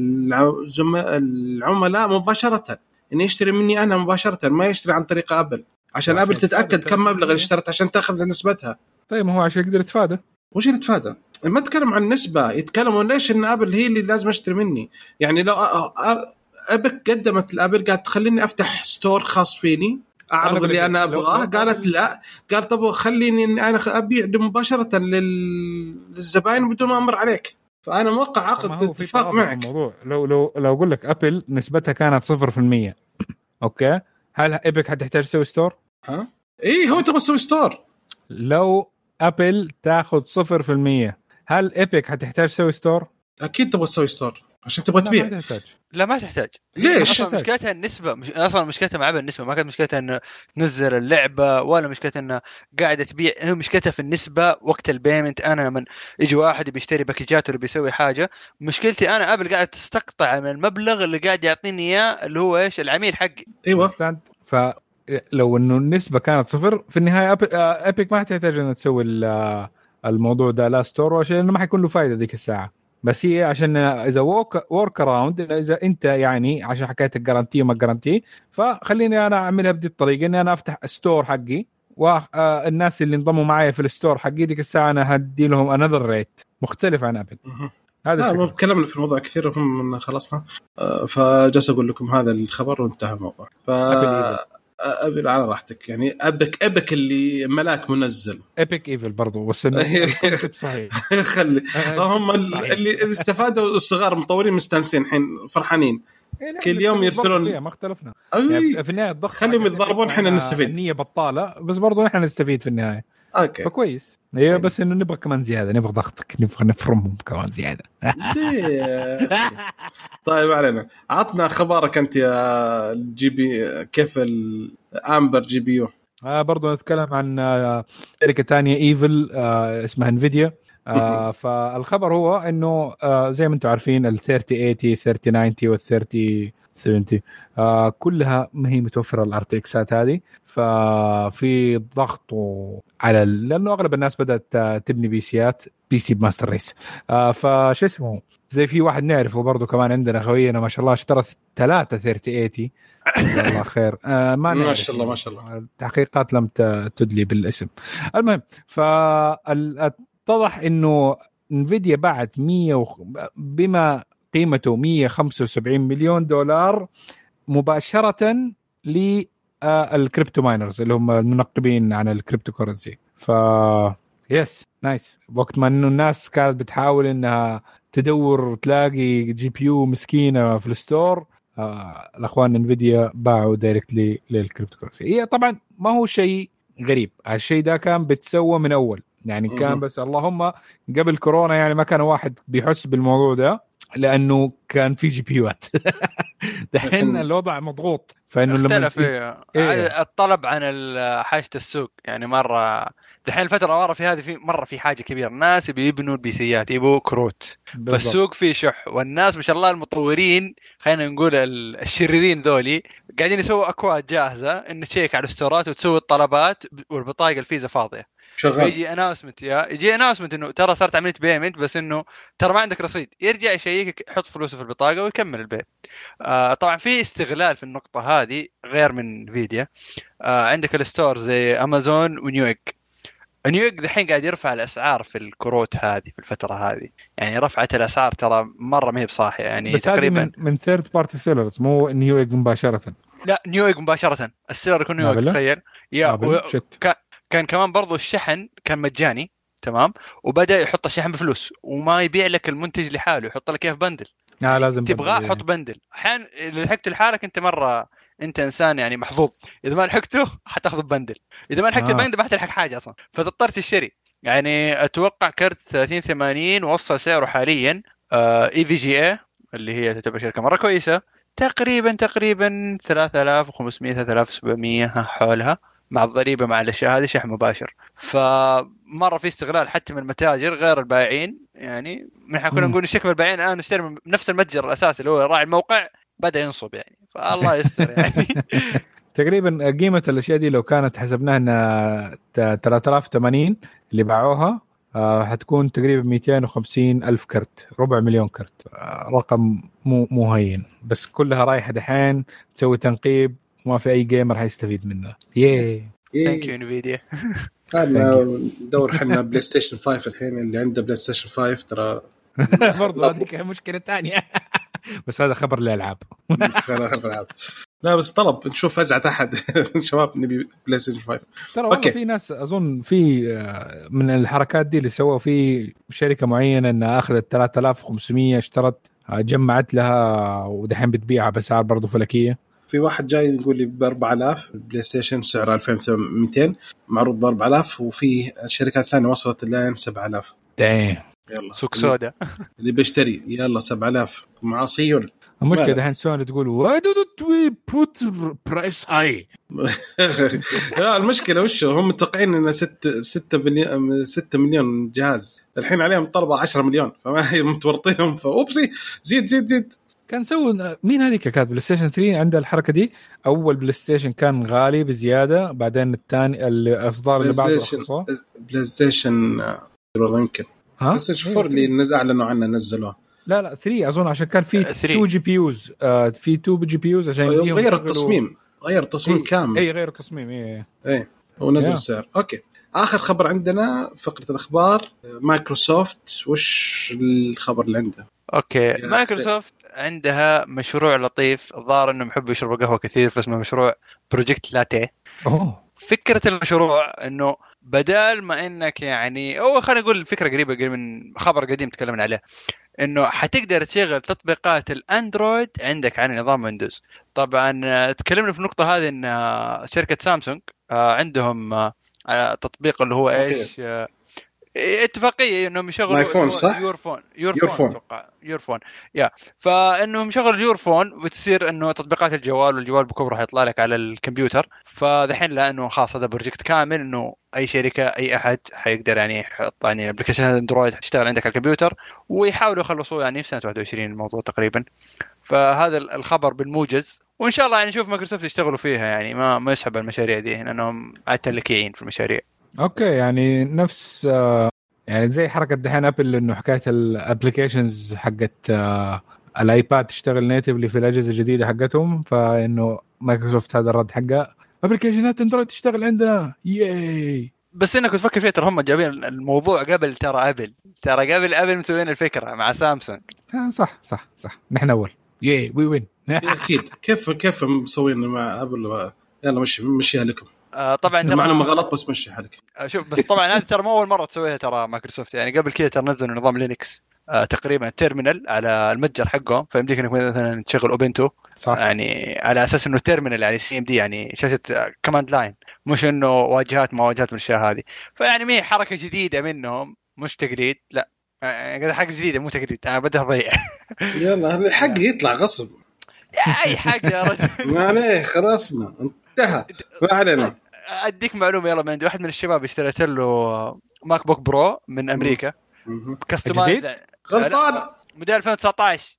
العملاء مباشره، انه يشتري مني انا مباشره، ما يشتري عن طريق ابل، عشان ابل تتاكد كم مبلغ اللي اشترت عشان تاخذ نسبتها. طيب ما هو عشان يقدر يتفادى. وش اللي يتفادى؟ ما تكلم عن النسبه، يتكلمون ليش ان ابل هي اللي لازم اشتري مني. يعني لو ابك قدمت الابل قالت خليني افتح ستور خاص فيني اعرض اللي انا ابغاه، قالت لا، قال طب خليني انا ابيع مباشره للزبائن بدون ما امر عليك، فانا موقع عقد اتفاق معك. الموضوع لو اقول لك ابل نسبتها كانت 0%، اوكي، هل ابك هتحتاج تسوي ستور؟ ايه هو تبغى تسوي ستور. لو ابل تاخذ 0%، هل ابك هتحتاج تسوي ستور؟ اكيد تبغى تسوي ستور عشان تبغى تبيع. لا ما تحتاج. ليش؟ اصلا مشكلتها النسبه، اصلا مشكلتها مع النسبه، ما كانت مشكلتها انه تنزل اللعبه ولا مشكلتها انه قاعده تبيع، هي مشكلتها في النسبه وقت البيمنت. انا من يجي واحد بيشتري باكيجات ولا بيسوي حاجه، مشكلتي انا ابل قاعده تستقطع من المبلغ اللي قاعد يعطيني اياه اللي هو ايش العميل حقي. ايوه، فلو انه النسبه كانت 0 في النهايه ابيك ما تحتاج انها تسوي الموضوع ده لا ستور، عشان ما حيكون له فايده ذيك الساعه. بس هي عشان اذا ورك اراوند، اذا انت يعني عشان حكايه الجارانتي وما جارانتي، فخليني انا اعملها بدي الطريقه اني انا افتح ستور حقي، والناس اللي انضموا معي في الستور حقي ديك الساعه انا هدي لهم انذر ريت مختلف عن ابل. هذا ما تكلمنا في الموضوع كثير، هم خلصنا. فجالس اقول لكم هذا الخبر وانتهى الموضوع. ابل على راحتك، يعني ابك اللي ملاك منزل ابيك ايفل برضو، بس صحيح خلي هم اللي استفادوا، الصغار مطورين مستانسين الحين فرحانين كل يوم يرسلون. ما اختلفنا يعني في النهايه الضغط خليهم يتضاربون، احنا نستفيد. النية بطاله بس برضو نحن نستفيد في النهايه. اوكي فكويس هي بس انه نبغى كمان زياده، نبغى ضغطك، نبغى نفرمهم كمان زياده. طيب علينا، عطنا خبرك انت يا جي بي، كيف الامبر جي بي يو؟ برضو نتكلم عن شركه ثانيه ايفل اسمها انفيديا. فالخبر هو انه زي ما انتم عارفين ال 3080 3090 وال 3070 كلها ما هي متوفره الار تي اكسات هذه، ففي ضغط على لانه اغلب الناس بدات تبني بي سي بماستر ريس. فش اسمه زي في واحد نعرفه برضو كمان عندنا خوينا ما شاء الله اشترى 3 3080 الله خير. ما شاء الله ما شاء الله، التحقيقات لم تدلي بالاسم. المهم فاتضح انه انفيديا بعت بما قيمته 175 مليون دولار مباشرة للكريبتو ماينرز اللي هم المنقبين عن الكريبتو كورنسي. يس نايس. وقت ما انه الناس كانت بتحاول انها تدور تلاقي جي بي يو مسكينة في الستور، الاخوان انفيديا باعوا دايركتلي للكريبتو كورنسي. هي طبعا ما هو شيء غريب، هالشيء ده كان بتسوى من اول يعني، كان بس اللهم قبل كورونا يعني ما كان واحد بيحس بالموضوع ده لانه كان في جي بيوات. دحين الوضع مضغوط، فانه لما الطلب عن حاجه السوق يعني مره دحين الفتره ورا في هذه في حاجه كبيره، الناس بيبنوا البيسيات يبوا كروت، فالسوق فيه شح، والناس ما شاء الله المطورين خلينا نقول الشريرين ذولي قاعدين يسووا اكواد جاهزه ان تشيك على الستورات وتسوي الطلبات والبطاقه الفيزا فاضيه شغال. يجي اناونسمنت انه ترى صارت عمليه بيمنت، بس انه ترى ما عندك رصيد، يرجع يشيك يحط فلوسه في البطاقه ويكمل البيع. طبعا في استغلال في النقطه هذه غير من فيديا. عندك الستور زي امازون ونيويك دحين قاعد يرفع الاسعار في الكروت هذه في الفتره هذه، يعني رفعت الاسعار ترى مره ما هي بصاحيه يعني، بس تقريبا من ثيرد بارتي سيلرز مو نيويك مباشره. لا نيويك مباشره، السيلر يكون نيويك تخيل كان كمان برضو الشحن كان مجاني تمام، وبدأ يحط الشحن بفلوس وما يبيع لك المنتج لحاله، يحط لك اياه في بندل. لازم تبغاه حط بندل. احيانا اذا لحقت لحالك انت انسان يعني محظوظ، اذا ما لحقته حتاخذ بندل، اذا ما لحقت البندل ما حتلحق حاجه اصلا، فتضطر تشتري. يعني اتوقع كرت 3080 وصل سعره حاليا اي في جي اي اللي هي تعتبر شركه مره كويسه تقريبا 3500 3700 حولها، مع الضريبة مع الأشياء هذه شحن مباشر. فمرة في استغلال حتى من المتاجر غير البائعين. يعني من كنا نقول نشتكي من البائعين، الآن نشتري من نفس المتجر الأساسي اللي هو راعي الموقع بدأ ينصب يعني. فالله يستر يعني. تقريبا قيمة الأشياء دي لو كانت حسبناها إنها 3080 اللي باعوها هتكون تقريبا 250 ألف كرت، 400,000 كرت. رقم مو هين، بس كلها رايحة دحين تسوي تنقيب، وما في أي جيمر هيستفيد منها. ثانك يو انفيديا. ندور حنا بلاي ستيشن 5 الحين، اللي عنده بلاي ستيشن 5 ترى برضو هذيك مشكلة تانية. بس هذا خبر للألعاب. لا بس طلب نشوف أزعة أحد شباب نبي بلاي ستيشن 5. ترى والله في ناس أظن في من الحركات دي اللي سووا في شركة معينة أنها أخذت 3500 اشترت جمعت لها ودحين بتبيعها بسعر برضو فلكية. في واحد جاي يقول لي ب4000 البلاي ستيشن سعره 2200 معروض ب4000، وفي شركات ثانية وصلت لين 7000. يلا سوق سودا اللي بيشتري يلا 7000 مع صيون. المشكلة دحين سوني تقول why don't we put price high. لا المشكلة وش هم متوقعين إن 6 مليون جهاز، الحين عليهم طلبة 10 مليون، فما هي متورطينهم. فأوبسي زيد كان سووا مين هذيك كانت بلاي ستيشن 3 عنده الحركة دي. أول بلاي ستيشن كان غالي بزيادة، بعدين الثاني الأصدار اللي بعده رخصوه. بلاي ستيشن يمكن بس شوفوا اللي أعلنوا عنه نزلوه. لا 3 أظن، عشان كان في 2 جي بي يوز في 2 جي بي يوز عشان غير التصميم كامل. غير التصميم ايه ونزل السعر. اوكي اخر خبر عندنا فقرة الاخبار مايكروسوفت. وش الخبر اللي عنده؟ اوكي مايكروسوفت عندها مشروع لطيف، الظاهر انهم يحبوا يشربوا قهوة كثير، فاسمه مشروع بروجكت لاتيه. فكرة المشروع انه بدال ما انك يعني خلينا نقول الفكرة قريبة من خبر قديم تكلمنا عليه، انه حتقدر تشغل تطبيقات الاندرويد عندك على نظام ويندوز. طبعا تكلمنا في النقطة هذه ان شركة سامسونج عندهم تطبيق اللي هو ايش اتفاقيه انهم يشغلوا ايفون صح؟ يورفون فانهم يشغلوا اليورفون وتصير انه تطبيقات الجوال بكبره حيطلع لك على الكمبيوتر. فدحين لانه خاص هذا بروجكت كامل، انه اي شركه اي احد حيقدر يعني يحط يعني ابلكيشن اندرويد تشتغل عندك على الكمبيوتر، ويحاولوا يخلصوا يعني في سنه 21 الموضوع تقريبا. فهذا الخبر بالموجز، وان شاء الله يعني نشوف مايكروسوفت يشتغلوا فيها، يعني ما يسحب المشاريع دي لانهم عاده لكيين في المشاريع. اوكي يعني نفس يعني زي حركه دحين ابل انه حكايه الابلكيشنز حقت الايباد تشتغل نيتيفلي في الاجهزه الجديده حقتهم، فانه مايكروسوفت هذا الرد حقه ابلكيشنات اندرويد تشتغل عندنا ياي. بس انك تفكر فيها ترى هم جايبين الموضوع قبل قبل ابل مسوين الفكره مع سامسونج. صح نحن اول ياي وي وين اكيد. كيف مسوين مع ابل؟ يلا مشيها لكم. طبعا ترى معلومه غلط بس مشي حالك. شوف بس طبعا هذه ترى مو اول مره تسويها ترى مايكروسوفت، يعني قبل كده ترى نزلوا نظام لينكس تقريبا تيرمينال على المتجر حقهم، فيمديك انك مثلا تشغل اوبنتو يعني على اساس انه تيرمينال يعني سي ام دي يعني شاشه كوماند لاين، مش انه واجهات من الاشياء هذه. فيعني مي حركه جديده منهم، مش تقليد، لا يعني حاجه جديده مو تقليد. انا بدي اضيع يلا الحق يطلع غصب اي حاجه يا رجل. ما عليه خلاصنا انتهى ما علينا. اديك معلومه يلا من عندي واحد من الشباب اشتريت له ماك بوك برو من امريكا كاستمايز غلطان موديل 2019.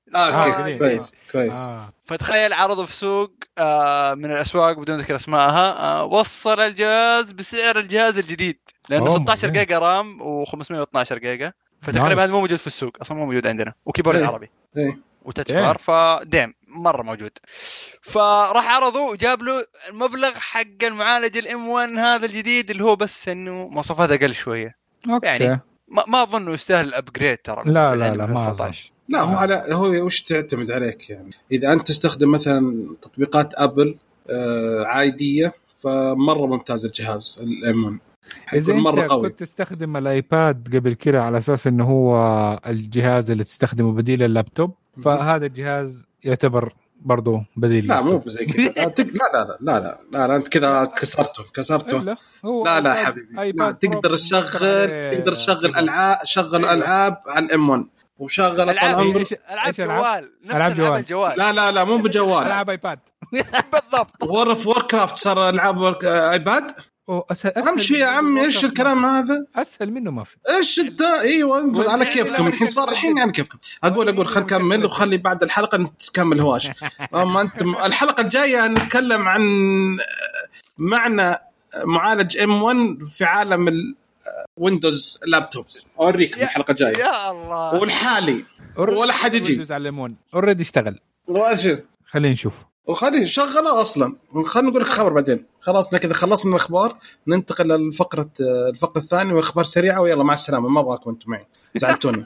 كويس. فتخيل عرضه في سوق من الاسواق بدون ذكر اسمائها، وصل الجهاز بسعر الجهاز الجديد لانه 16 جيجا رام و512 جيجا، فتقريبا هذا مو موجود في السوق اصلا، مو موجود عندنا، وكيبورد عربي وتتشبار فديم مرة موجود. فراح عرضه وجاب له المبلغ حق المعالج الام1 هذا الجديد اللي هو بس انه مواصفات اقل شوية. يعني ما اظنه يستاهل الابجريد ترى. لا ما أظن. لا هو وش تعتمد عليك يعني. اذا انت تستخدم مثلا تطبيقات ابل عادية فمرة ممتاز الجهاز الام1. إذا أنت كنت تستخدم الآيباد قبل كده على أساس إنه هو الجهاز اللي تستخدمه بديل اللابتوب، فهذا الجهاز يعتبر برضو بديل. لا مو زي كذا. لا أنت كذا كسرته. لا حبيبي تقدر تشغل ألعاب على الام1 وشغل طال العاب عمرك. العاب إيش ألعاب؟ جوال نفس ألعاب العاب جوال. الجوال لا مو بجوال. العاب ايباد بالضبط. وورف ووركرافت صار العاب ايباد. اسهل امشي يا عمي، ايش الكلام هذا؟ اسهل منه ما في. ايش انت؟ ايوه انفذ على يعني كيفكم الحين، صار الحين على كيفكم. اقول خل نكمل وخلي بعد الحلقه نكمل هواش. اما انت الحلقه الجايه نتكلم عن معنى معالج M1 في عالم الويندوز لابتوبس. اوريك الحلقه الجايه يا الله. والحالي ولا حد يجي ويندوز على الليمون اوريدي اشتغل. واجل خلينا نشوف وخليه شغله اصلا. خلينا نقول لك خبر بعدين. خلاص كذا خلصنا الاخبار، ننتقل للفقره الثانيه واخبار سريعه ويلا مع السلامه. ما ابغاكم انتم معي، زعلتوني.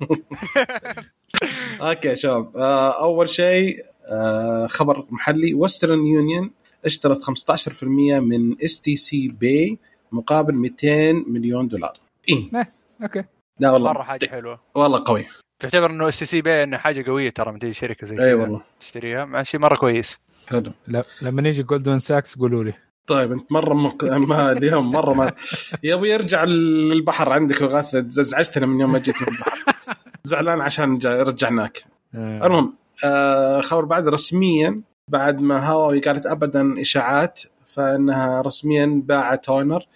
اوكي شباب، اول شيء خبر محلي. وسترن يونيون اشترت 15% من STC باي مقابل $200 مليون. ايه اوكي لا والله مره حاجه حلوه والله قوي. تعتبر انه STC باي انه حاجه قويه ترى من تجي شركه زي اي كذا والله تشتريها مع شيء مره كويس. حلو. لما يجي جولدمان ساكس قولوا لي. طيب انت مره ما اليوم مره ما يبي يرجع للبحر عندك وغاث. ازعجتنا من يوم ما جيت من البحر. زعلان عشان رجعناك. المهم خبر بعد رسميا بعد ما هواوي قالت ابدا اشاعات، فانها رسميا باعت هونر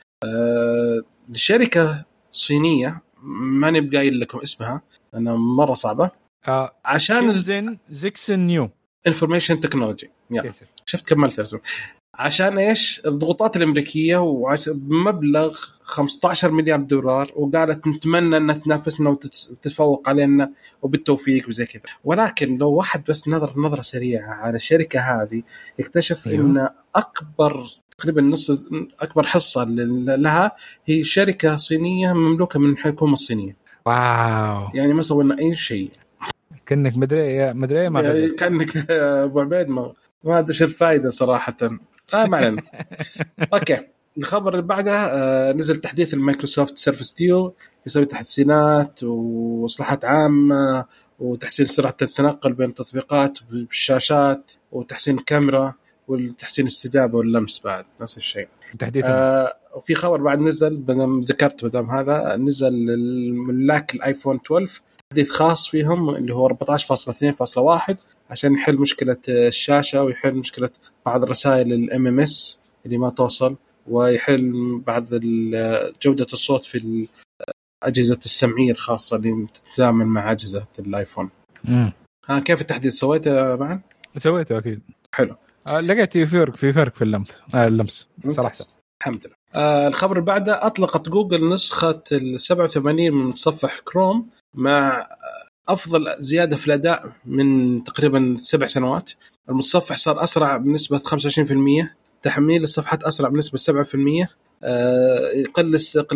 لشركه صينيه ما نبقى قايل لكم اسمها لانها مره صعبه. عشان زيكسن نيو انفورميشن تكنولوجي. شفت كملت رسم عشان ايش؟ الضغوطات الامريكيه بمبلغ $15 مليار، وقالت نتمنى ان تنافسنا وتتفوق علينا وبالتوفيق وزي كذا. ولكن لو واحد بس نظره سريعه على الشركه هذه يكتشف ان اكبر تقريبا نص اكبر حصه لها هي شركه صينيه مملوكه من الحكومه الصينيه. واو، يعني ما سوينا اي شيء. كأنك مدري ما يعني كأنك ابو عبيد ما ادري ايش الفائده صراحه. ما علينا. اوكي الخبر اللي بعده نزل تحديث المايكروسوفت سيرفس ديو يسوي تحسينات واصلاحات عامه وتحسين سرعه التنقل بين التطبيقات بالشاشات وتحسين الكاميرا والتحسين الاستجابه واللمس بعد نفس الشيء. تحديث وفي خبر بعد نزل بدل ذكرت بدل هذا نزل الملاك الايفون 12 تحديث خاص فيهم اللي هو 14.2.1 عشان يحل مشكلة الشاشة ويحل مشكلة بعض رسائل MMS اللي ما توصل، ويحل بعض جودة الصوت في أجهزة السمعية الخاصة اللي تتزامن مع أجهزة الآيفون. كيف التحديث سويته معا؟ سويته أكيد. حلو. لقيت في فرق في اللمس صراحة. الحمد لله. الخبر اللي بعده أطلقت جوجل نسخة 87 من متصفح كروم مع أفضل زيادة في الأداء من تقريبا 7 سنوات. المتصفح صار أسرع بنسبة 25%، تحميل الصفحات أسرع بنسبة 7%، يقل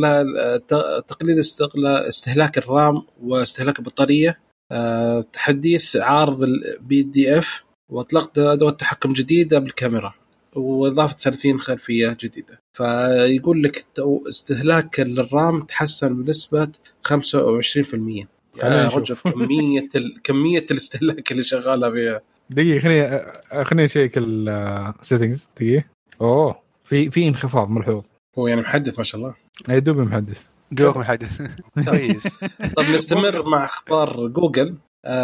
تقليل استهلاك الرام واستهلاك البطارية، تحديث عارض PDF، وأطلقت أدوات تحكم جديدة بالكاميرا وإضافة 30 خلفية جديدة. فيقول لك استهلاك الرام تحسن بنسبة 25%. يا رجل كمية الاستهلاك اللي شغالة فيها. دقيقة خليني نشيك السيتنجز. دقيقة. أوه في انخفاض ملحوظ. هو يعني محدث ما شاء الله. أي دوب محدث. كويس. طب نستمر مع أخبار جوجل.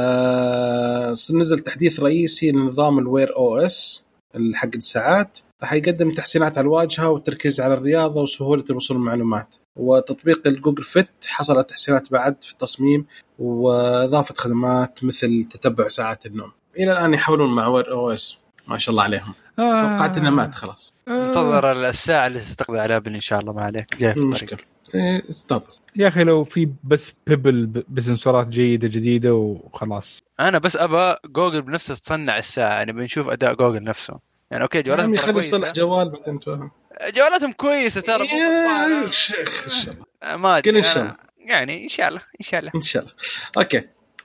نزل تحديث رئيسي لنظام الوير OS حق الساعات، حيقدم تحسينات على الواجهة والتركيز على الرياضة وسهولة الوصول للمعلومات. وتطبيق الجوجل فيت حصل على تحسينات بعد في التصميم وإضافة خدمات مثل تتبع ساعات النوم. إلى الآن يحاولون مع وير OS ما شاء الله عليهم. توقعت إنه مات خلاص. انتظر الساعة اللي تقضي عليها إن شاء الله ما عليك جاي في الطريق. استغفر يا أخي لو في بس بيبل بسنسورات جديدة وخلاص. أنا بس أبى جوجل بنفسه تصنع الساعة، يعني بنشوف أداء جوجل نفسه. يعني أوكي جوالاتهم يخلي يصنع جوال بعدين جوالاتهم كويسة ترى. الشيخ ما أدري إن شاء الله. يعني إن شاء الله. أوكي.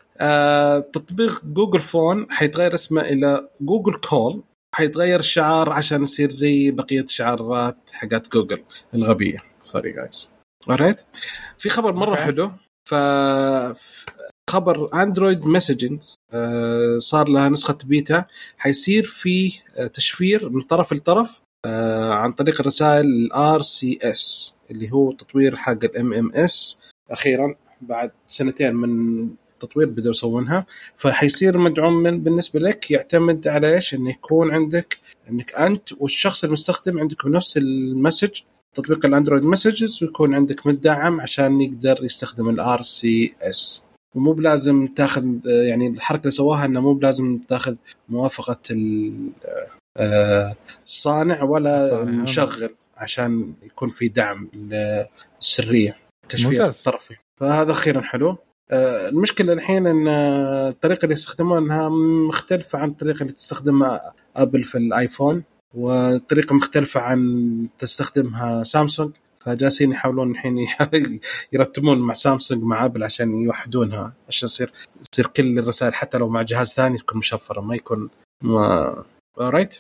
تطبيق جوجل فون حيتغير اسمه إلى جوجل كول، حيتغير الشعار عشان يصير زي بقية الشعارات حقات جوجل الغبية. سوري جايز. alright. في خبر مرة حلو. خبر اندرويد مسجنج صار لها نسخة بيتا، حيصير في تشفير من طرف لطرف عن طريق الرسائل RCS اللي هو تطوير حق MMS أخيرا بعد 2 سنين من تطوير بدأوا يسوونها. فحيصير مدعوم بالنسبة لك يعتمد على إيش؟ إنه يكون عندك إنك أنت والشخص المستخدم عندكم نفس المسج، تطبيق الأندرويد مسجز، ويكون عندك مدعم عشان يقدر يستخدم RCS. ومو بلازم تاخذ يعني الحركة اللي سواها إنه مو بلازم تاخذ موافقة الصانع ولا المشغل عشان يكون في دعم للسرية تشفير الطرفي. فهذا خيرا حلو. المشكلة الحين إن الطريقة اللي يستخدموها إنها مختلفة عن الطريقة اللي تستخدمها أبل في الآيفون، وطريقة مختلفة عن تستخدمها سامسونج. فجالسين يحاولون الحين يرتبون مع سامسونج مع أبل عشان يوحدونها، عشان يصير كل الرسائل حتى لو مع جهاز ثاني تكون مشفرة، ما يكون alright.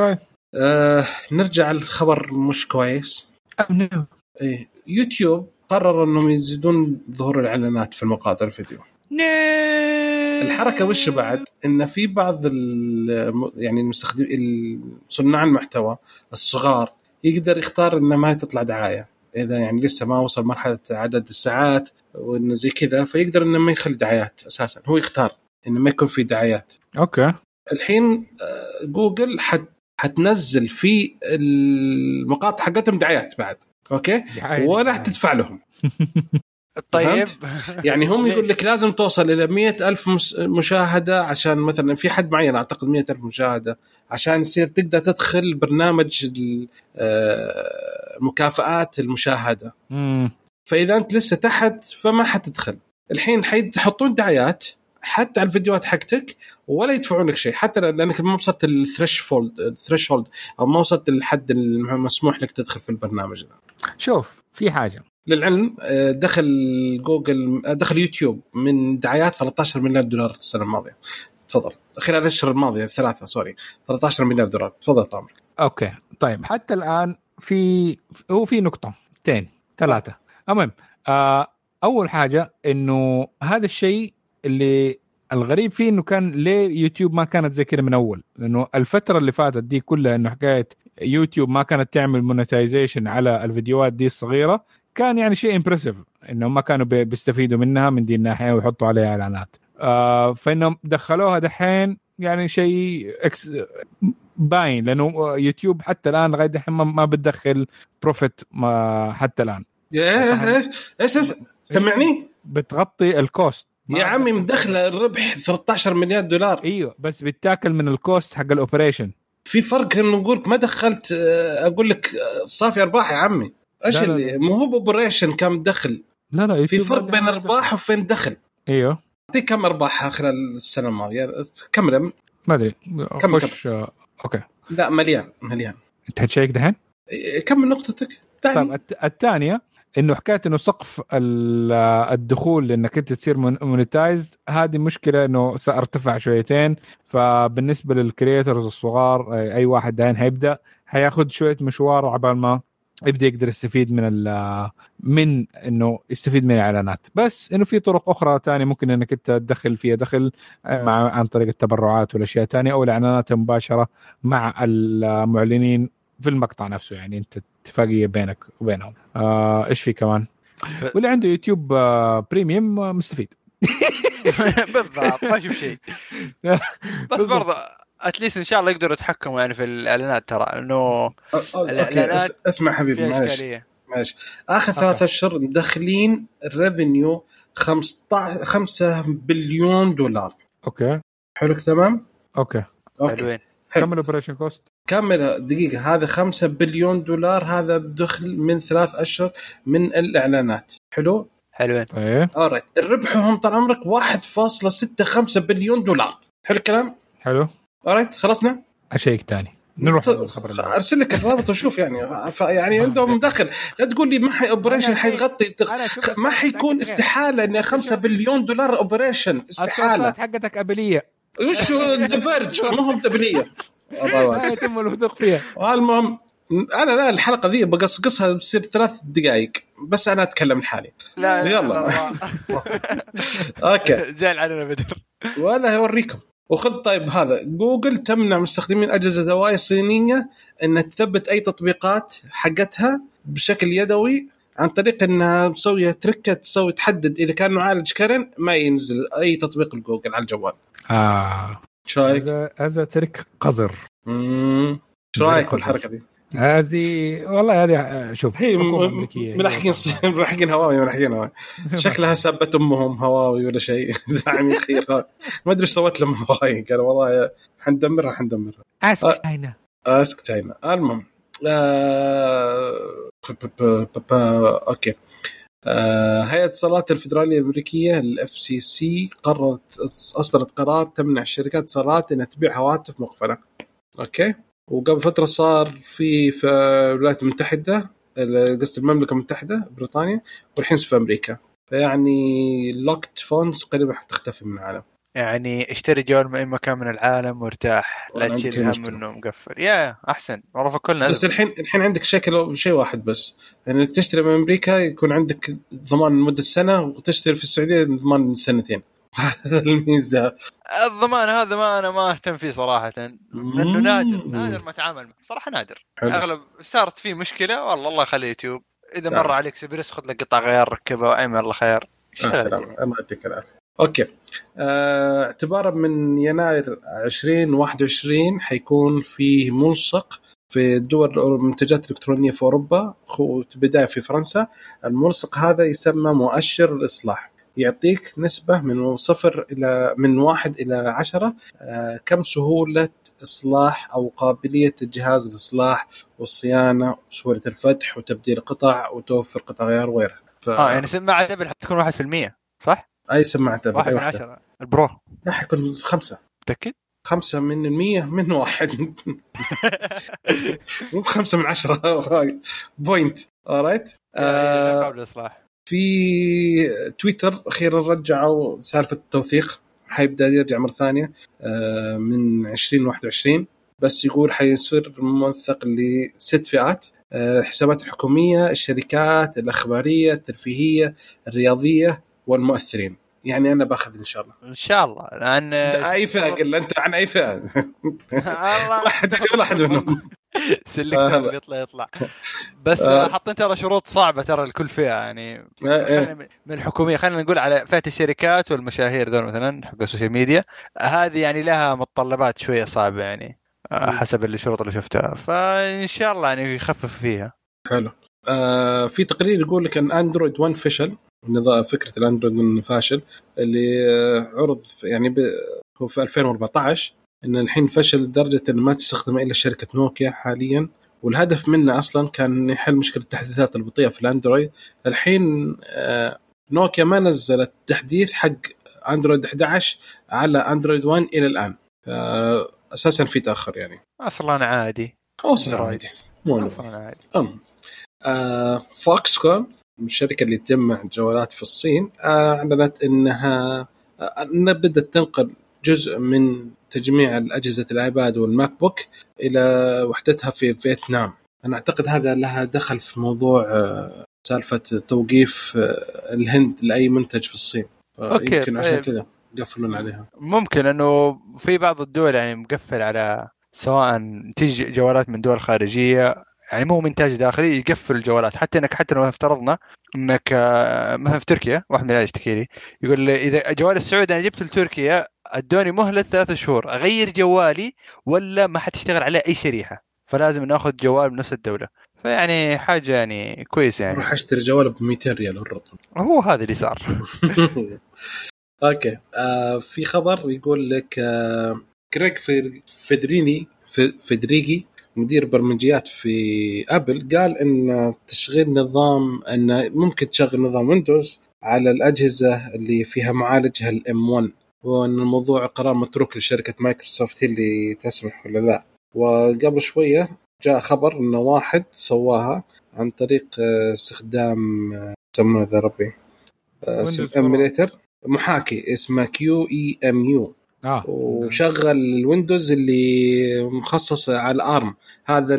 نرجع الخبر مش كويس. يوتيوب قرر انهم يزيدون ظهور الاعلانات في المقاطع الفيديو. الحركه وش بعد ان في بعض يعني المستخدمين صناع المحتوى الصغار يقدر يختار انه ما تطلع دعايه اذا يعني لسه ما وصل مرحله عدد الساعات وانه زي كذا، فيقدر انه ما يخلي دعايات اساسا، هو يختار انه ما يكون في دعايات. اوكي. الحين جوجل حتنزل في المقاطع حقتهم دعايات بعد، اوكي، ولا تدفع لهم. طيب يعني هم يقول لك لازم توصل إلى 100,000 مشاهدة عشان مثلا في حد معين أعتقد 100,000 مشاهدة عشان يصير تقدر تدخل برنامج مكافآت المشاهدة. فإذا أنت لسه تحت فما حتدخل. الحين حيحطون دعايات حتى على الفيديوهات حقتك ولا يدفعون لك شيء، حتى لأنك ما وصلت الثريشولد أو ما وصلت الحد المسموح لك تدخل في البرنامج ده. شوف في حاجة للعلم، دخل يوتيوب من دعايات $13 مليون السنة الماضية. تفضل. خلال الأشهر الماضية 13 مليار دولار. تفضل طامر. أوكي طيب حتى الآن في نقطة 3. المهم أول حاجة إنه هذا الشيء اللي الغريب فيه إنه كان ليه يوتيوب ما كانت زي كده من أول، لأنه الفترة اللي فاتت دي كلها إنه حكاية يوتيوب ما كانت تعمل مونيتايزيشن على الفيديوهات دي الصغيرة، كان يعني شيء امبرسيف إنهم ما كانوا بيستفيدوا منها من دي الناحية ويحطوا عليها إعلانات. فإنهم دخلوها دحين يعني شيء باين، لأنه يوتيوب حتى الآن لغاية دحين ما بتدخل بروفيت حتى الآن. إيش سمعني؟ بتغطي الكوست يا عمي مدخله الربح $13 مليار. ايوه بس بتاكل من الكوست حق الاوبريشن. في فرق انه نقولك ما دخلت، اقول لك صافي ارباح يا عمي. ايش اللي مو هو اوبريشن كم دخل؟ لا في فرق بين ارباح وفين دخل. ايوه اعطيك كم ارباح خلال السنه الماضيه كم ما ادري كم اوكي لا مليان. انت هتشيك دحين كم نقطتك طيب الثانيه انه حكايه انه سقف الدخول لانك انت تصير مونيتايز، هذه مشكله انه سارتفع شويتين. فبالنسبه للكرييترز الصغار اي واحد دحين هيبدا هياخد شويه مشوار عبال ما يبدا يقدر يستفيد من انه يستفيد من الاعلانات. بس انه في طرق اخرى تانية ممكن انك انت تدخل فيها دخل عن طريق التبرعات والاشياء تانية او الاعلانات المباشره مع المعلنين في المقطع نفسه، يعني انت اتفاقيه بينك وبينهم. ايش في كمان؟ واللي عنده يوتيوب بريميوم مستفيد. بالضبط ما شوف شيء. بس برضه اتليست ان شاء الله يقدروا يتحكموا يعني في الاعلانات، ترى انه الاعلانات اسمع حبيبي ماشي اخر 3 اشهر مدخلين الريفينيو $5 بليون. اوكي حلو تمام. اوكي حلوين. كمل اوبريشن كوست كمل دقيقه. هذا $5 بليون هذا بدخل من 3 أشهر من الاعلانات. حلوين. طيب اوريت الربحهم طال عمرك $1.65 بليون. حلو الكلام. حلو اوريت خلصنا. اشيك تاني نروح ارسل لك الرابط وشوف يعني عندهم دخل. لا تقول لي ما حي اوبريشن حيغطي ما حيكون استحاله ان $5 بليون اوبريشن استحاله. حقتك ابليه وش ديفرج ما هم ابليه ما يتم الوثوق فيها. المهم انا لا الحلقه ذي بقصقصها بتصير 3 دقائق بس انا اتكلم لحالي. لا يلا اوكي زعل علينا بدر ولا اوريكم وخذ. طيب هذا جوجل تمنع مستخدمين أجهزة هوائية صينية أن تثبت أي تطبيقات حقتها بشكل يدوي عن طريق انها مسويه تركه تسوي تحدد اذا كان معالج كرن ما ينزل اي تطبيق الجوجل على الجوال. شو رايك؟ هذا ترك قذر. شو رايك بالحركه دي؟ هذه والله هذه شوف هي ملحقين هواوي شكلها سبت امهم هواوي ولا شيء يعني خير ما ادري ايش سوت لهم هواوي قالوا والله حندمرها اسك تاينا المهم اوكي. هيئة الاتصالات الفيدرالية الأمريكية FCC أصدرت قرار تمنع الشركات الاتصالات أنها تبيع هواتف مقفلة. أوكي. وقبل فترة صار في الولايات المتحدة قصد المملكة المتحدة بريطانيا والحين في أمريكا. فيعني لوكت فونز قريبا حتختفي من العالم. يعني اشتري جوال من أي مكان من العالم وارتاح لا تشيل هم إنه مقفل يا أحسن ورفع كلنا. بس الحين عندك شيء واحد بس إنك تشتري من أمريكا يكون عندك ضمان مدة سنة وتشتري في السعودية ضمان سنتين. هذا الميزة. الضمان هذا ما أنا ما أهتم فيه صراحة لأنه نادر ما أتعامل صراحة نادر. حلو. أغلب صارت فيه مشكلة والله الله يخلي يوتيوب إذا مر عليك سبريس خذ لك قطع غيار ركبها وأيمن الله خير. سلام الله يعطيك العافية. أوكي. اعتبارا من يناير 2021 حيكون فيه ملصق في الدول المنتجات الإلكترونية في أوروبا بداية في فرنسا. الملصق هذا يسمى مؤشر الإصلاح يعطيك نسبة من 1 إلى 10 كم سهولة إصلاح أو قابلية الجهاز الإصلاح والصيانة وسهولة الفتح وتبديل قطع وتوفر قطع غيار وغيرها. يعني سماعة دبل حتكون 1% صح؟ أي سماعة دبل 1 من 10 البرو لا حيكون 5. متأكد؟ 5 من 100 من 1 مو 5 من 10 بوينت. alright. قابل الإصلاح. في تويتر أخيرا رجعوا سالفة التوثيق حيبدأ يرجع مرة ثانية من 2021 بس يقول حيصير موثق ل6 فئات: الحسابات الحكومية الشركات الأخبارية الترفيهية الرياضية والمؤثرين. يعني أنا باخذ إن شاء الله لأن أي فئة قل أنت عن أي فئة واحد منهم سلكتهم يطلع بس حطين ترى شروط صعبة ترى لكل فئة يعني من الحكومية خلينا نقول على فئة الشركات والمشاهير دول مثلا حق السوشيال ميديا هذه يعني لها متطلبات شوية صعبة يعني حسب الشروط اللي شفتها فإن شاء الله يعني يخفف فيها. حلو. في تقرير يقول لك أن أندرويد 1 فشل. نظام فكرة الأندرويد فاشل اللي عرض يعني هو في 2014 إن الحين فشل لدرجة إن ما تستخدم إلا شركة نوكيا حاليا والهدف منه أصلا كان يحل مشكلة التحديثات البطيئة في الأندرويد. الحين نوكيا ما نزلت تحديث حق أندرويد 11 على أندرويد 1 إلى الآن أساسا في تأخر يعني أصلا عادي فوكسكون الشركة اللي تجمع الجوالات في الصين أعلنت أنها بدأت تنقل جزء من تجميع الأجهزة الآيباد والماك بوك إلى وحدتها في فيتنام. أنا أعتقد هذا لها دخل في موضوع سالفة توقيف الهند لأي منتج في الصين. يمكن عشان كذا يقفلون عليها. ممكن أنه في بعض الدول يعني مقفل على سواء تيجي جوالات من دول خارجية يعني مو منتاج داخلي يقفل الجوالات حتى لو افترضنا انك مثلا في تركيا واحد من الناس يشتكي لي يقول لي اذا جوال السعودي انا جبت لتركيا ادوني مهله 3 شهور اغير جوالي ولا ما حتشتغل عليه اي شريحه فلازم ناخذ جوال من نفس الدوله فيعني حاجه يعني كويس يعني اروح اشتري جوال ب 200 ريال الرطب هو هذا اللي صار. اوكي. في خبر يقول لك كريغ فيدريغي مدير برمجيات في أبل قال إن تشغيل نظام أن ممكن تشغل نظام ويندوز على الأجهزة اللي فيها معالجها الM1 وأن الموضوع قرار متروك لشركة مايكروسوفت هي اللي تسمح ولا لا. وقبل شوية جاء خبر إنه واحد سواها عن طريق استخدام سموه ذا ربي إيميليتر محاكي اسمه QEMU وشغل الويندوز اللي مخصص على الارم هذا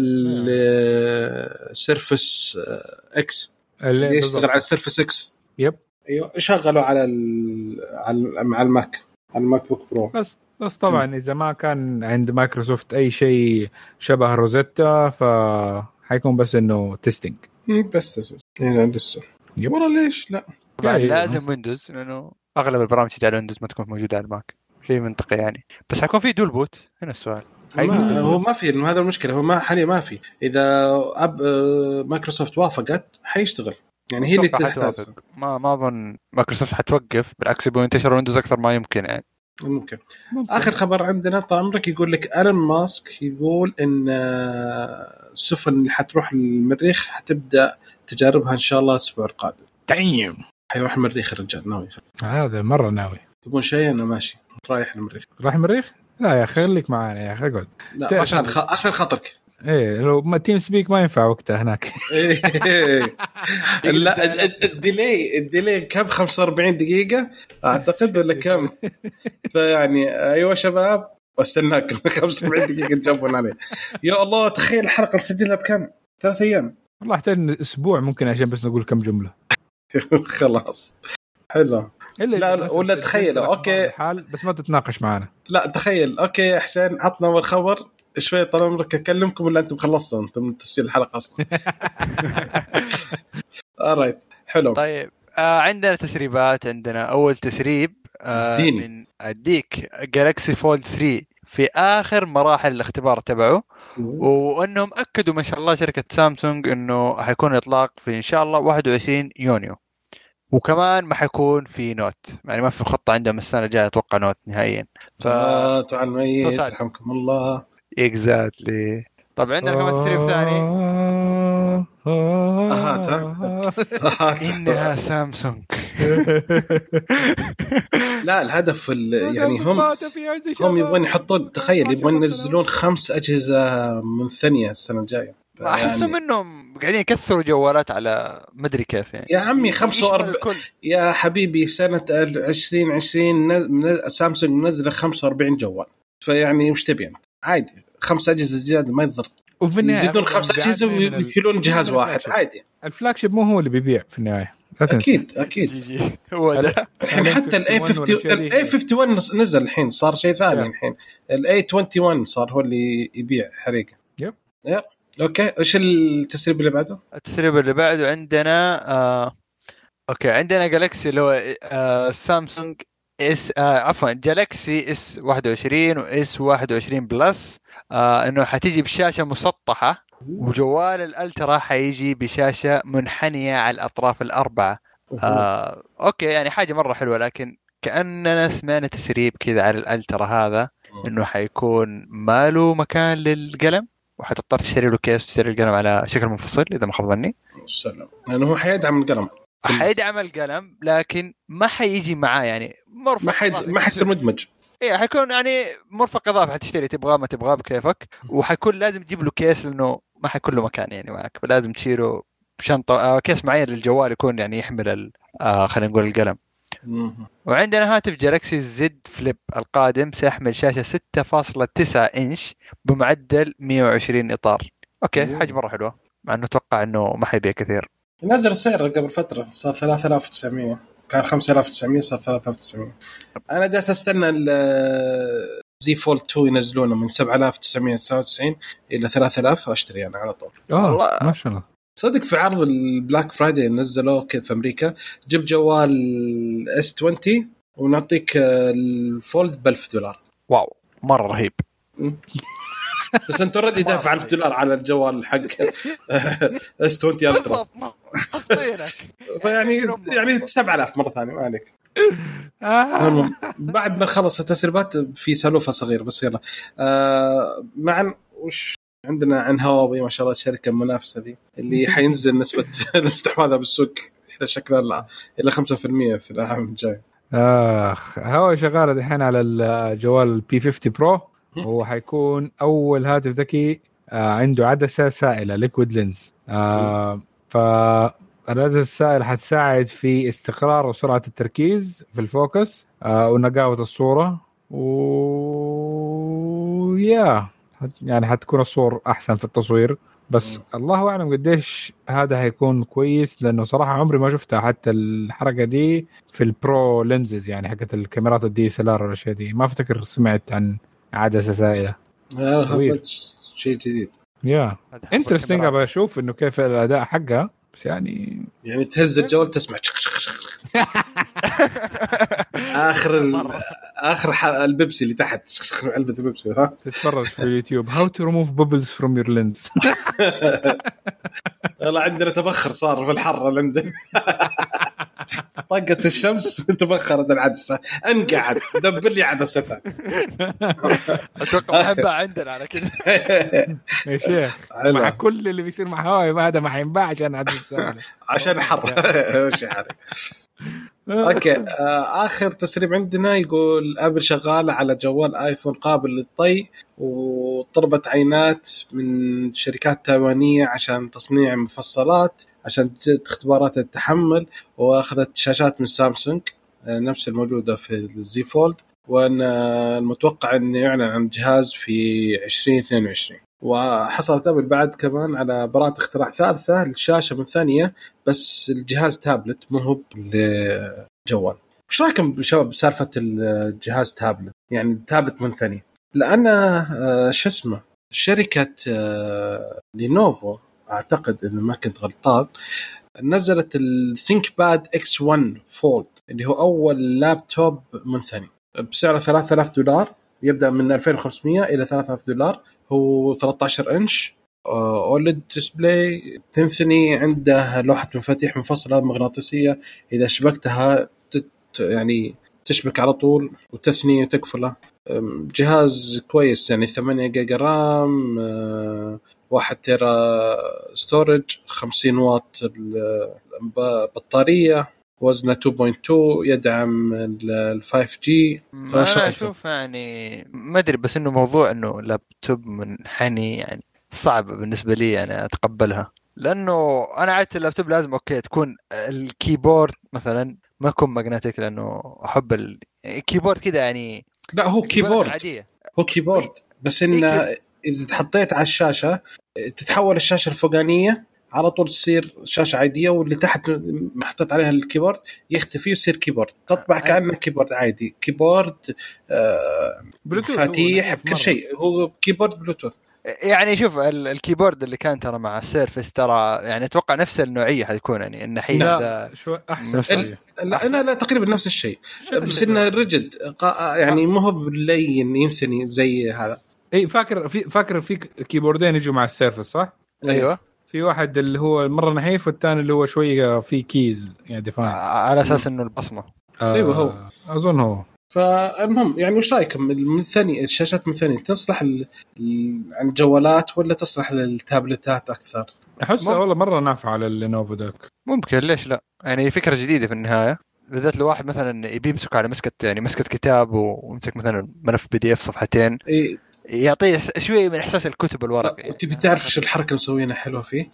السيرفس اكس اللي يشتغل على السيرفس اكس. ايوه شغله مع الماك بوك برو. بس طبعا اذا ما كان عند مايكروسوفت اي شيء شبه روزيتا فحيكون بس انه تيستينج بس يعني لسه والله ليش لا بعد لازم ويندوز لانه اغلب البرامج على ويندوز ما تكون موجوده على الماك، شيء منطقي يعني. بس حيكون في دول بوت. هنا السؤال هو ما في، هذا المشكله، هو ما حاليا ما في. اذا مايكروسوفت وافقت حيشتغل يعني، هي اللي تحتاج. ما اظن مايكروسوفت حتوقف، بالعكس يبغوا ينتشروا ويندوز اكثر ما يمكن يعني. ممكن. اخر خبر عندنا طال عمرك يقول لك ألان ماسك يقول ان السفن اللي حتروح المريخ حتبدا تجاربها ان شاء الله الاسبوع القادم. تعيم حيروح المريخ الرجال، ناوي. هذا مره ناوي. تبون شيء؟ انا ماشي رايح المريخ. راح المريخ؟ لا يا اخي خليك معانا يا اخي، اقعد. لا عشان خاطرك. ايه لو ما تيم سبيك ما ينفع وقتها هناك. لا الديلي كم 45 دقيقة اعتقد ولا كم؟ فيعني ايوه شباب واستناكم 45 دقيقة تجاوبون عليه. يا الله تخيل الحلقة نسجلها بكم؟ 3 أيام. والله احتاج اسبوع ممكن عشان بس نقول كم جملة. خلاص حلو. لا ولا تخيل اوكي حال بس ما تتناقش معنا. لا تخيل اوكي حسين عطنا اول خبر شوي طال عمرك اكلمكم ولا انتم خلصتوا انتم من تسجيل الحلقه اصلا. alright حلو. طيب عندنا تسريبات. عندنا اول تسريب من اديك جالاكسي فولد 3 في اخر مراحل الاختبار تبعه، وانهم اكدوا ما شاء الله شركه سامسونج انه حيكون اطلاق في ان شاء الله 21 يونيو، وكمان ما حيكون في نوت، يعني ما في خطه عندهم السنه الجايه اتوقع نوت نهائيا. تعال الميت رحمكم الله. اكزاكتلي. طب عندنا كمان تسريب ثاني انها سامسونج. لا الهدف يعني هم يبغون يحطون، تخيل يبغون ينزلون 5 أجهزة من ثانية السنة الجاية. احسهم يعني انهم قاعدين يكثروا جوالات على مدري كيف يعني. يا عمي 45 يا حبيبي سنة 2020 سامسونج منزله 45 جوال، فيعني وش تبين؟ عادي 5 أجهزة زيادة ما يضر، يزيدون 5 أجهزة ويشيلون جهاز واحد عادي. الفلاج شيب مو هو اللي بيبيع في النهاية. أكيد هو ده. الحين حتى A51 نزل الحين صار شيء ثاني. الحين A21 صار هو اللي يبيع حريقة. يب. اوكي ايش التسريب اللي بعده؟ التسريب اللي بعده عندنا اوكي عندنا جالاكسي اللي هو سامسونج اس عفوا جالاكسي اس 21 واس 21 بلس، انه حتيجي بشاشه مسطحه، وجوال الالترا حيجي بشاشه منحنيه على الاطراف الاربعه. اوكي يعني حاجه مره حلوه، لكن كاننا سمعنا تسريب كذا على الالترا هذا انه حيكون ما له مكان للقلم، وحتضطر تشتري له كيس وتشتري القلم على شكل منفصل اذا ما خاب ظني. السلام يعني هو حيدعم القلم، حيدعم القلم لكن ما حيجي معاه يعني مرفق، ما حيصير مدمج. ايه حيكون يعني مرفق اضافي، حتشتري تبغاه ما تبغاه بكيفك، وحيكون لازم تجيب له كيس لانه ما حيكون له مكان يعني معك، فلازم تشيله بشنطه كيس معين للجوال يكون يعني يحمل خلينا نقول القلم. وعندنا هاتف جالاكسي زد فليب القادم سيحمل شاشة 6.9 إنش بمعدل 120 إطار. أوكي حاجة مرة حلوة، مع أنه أتوقع أنه ما حيبيع كثير. نزل السعر قبل فترة صار 3900، كان 5900 صار 3900. أنا جالس أستنى زي فولد 2 ينزلونه من 7999 إلى 3000 وأشتري أنا على طول. ما شاء الله. صدق في عرض البلاك فرايداي نزلوه كذا في أمريكا، جيب جوال S20 ونعطيك الفولد $1000. واو مرة رهيب. بس أنت ردي دافع $1000 على الجوال حق S20 ألترا. يعني 7000 مرة ثانية ما عليك. بعد ما خلص التسريبات في سالوفة صغير بس يلا. معا وش عندنا عن هواوي ما شاء الله الشركة المنافسة دي اللي حينزل نسبة الاستحواذ بالسوق إلى شكل إلى 5% في العام الجاي. هواوي شغالة الحين على الجوال P50 برو، وهو حيكون أول هاتف ذكي عنده عدسة سائلة ليكويد لينز. فالعدسة السائلة حتساعد في استقرار وسرعة التركيز في الفوكس ونقاوة الصورة، يعني حتكون الصور أحسن في التصوير. بس الله أعلم قديش هذا هيكون كويس، لأنه صراحة عمري ما شفتها حتى الحركة دي في البرو لينزز، يعني حقت الكاميرات DSLR والأشياء دي. ما أفتكر سمعت عن عدسة سائلة. شيء جديد. انترستينج. أبغى أشوف إنه كيف الأداء حقها، بس يعني تهز الجوال تسمع اخر البيبسي اللي تحت علبه البيبسي ها تتفرج في اليوتيوب how to remove bubbles from your lens. والله عندنا تبخر صار في الحر اللي عندنا. طقت الشمس تبخرت العدسه انقعد دبر لي عدستها. اتوقع محبه عندنا على كده يا شيخ مع كل اللي بيصير مع هواي هذا ما حينباع عشان عدسه عشان حر. ماشي حالك. اوكي اخر تسريب عندنا يقول ابل شغاله على جوال ايفون قابل للطي وطلبت عينات من شركات تايوانيه عشان تصنيع مفصلات عشان اختبارات التحمل، واخذت شاشات من سامسونج نفس الموجوده في الزي فولد، وان المتوقع انه يعلن عن الجهاز في 2022. وحصلت أبل بعد كمان على براءة اختراع ثالثة للشاشة من ثانية، بس الجهاز تابلت مو هو الجوال. وش رأيكم شباب بسالفة الجهاز تابلت؟ يعني تابلت من ثانية، لأن شو اسمه شركة لينوفو أعتقد إن ما كنت غلطان نزلت الثينك باد X1 فولد اللي هو أول لابتوب من ثانية بسعر $3000، يبدأ من 2500 إلى $3000. هو 13 إنش أوليد ديسبلاي، تنثني عنده لوحة مفاتيح منفصلة مغناطيسية إذا شبكتها يعني تشبك على طول وتثني وتقفله. جهاز كويس يعني 8 جيجا رام، 1 تيرا ستورج، 50 واط البطارية، وزنه 2.2، يدعم ال 5G. أنا أشوف يعني ما أدري، بس إنه موضوع إنه لابتوب منحني يعني صعب بالنسبة لي أنا أتقبلها، لأنه أنا عادة اللابتوب لازم أوكي تكون الكيبورد مثلا ما يكون ماغنتيك، لأنه أحب الكيبورد كده يعني. لا هو كيبورد عادية، هو كيبورد بس إنه إذا تحطيت على الشاشة تتحول الشاشة الفوقانية على طول تصير شاشة عادية، واللي تحت محطوط عليها الكيبورد يختفي ويصير كيبورد تطبع كأنه كيبورد عادي، كيبورد مفاتيح بكل شيء، هو كيبورد بلوتوث. يعني شوف الكيبورد اللي كان ترى مع السيرفس ترى يعني اتوقع نفس النوعيه حتكون يعني النحيل ده شو احسن شيء. لا تقريبا نفس الشيء، بس انه رجد يعني مو هو باللين يمثني زي هذا. اي فاكر في كيبوردين يجوا مع السيرفس صح؟ ايوه في واحد اللي هو مره نحيف والثاني اللي هو شويه في كيز يعني دفاع على اساس انه البصمه. ايوه هو اظن هو. فالمهم يعني وش رايكم من ثاني الشاشات من ثاني تصلح عن الجوالات ولا تصلح للتابلتات اكثر؟ احس والله مره نافعه على اللينوفو داك. ممكن ليش لا، يعني فكره جديده في النهايه، بالذات لو واحد مثلا يبي يمسك على مسكه كتاب ويمسك مثلا ملف PDF صفحتين يعطيه شويه من احساس الكتب الورقي. وتبي تعرف ايش الحركه اللي مسوينها حلوه فيه؟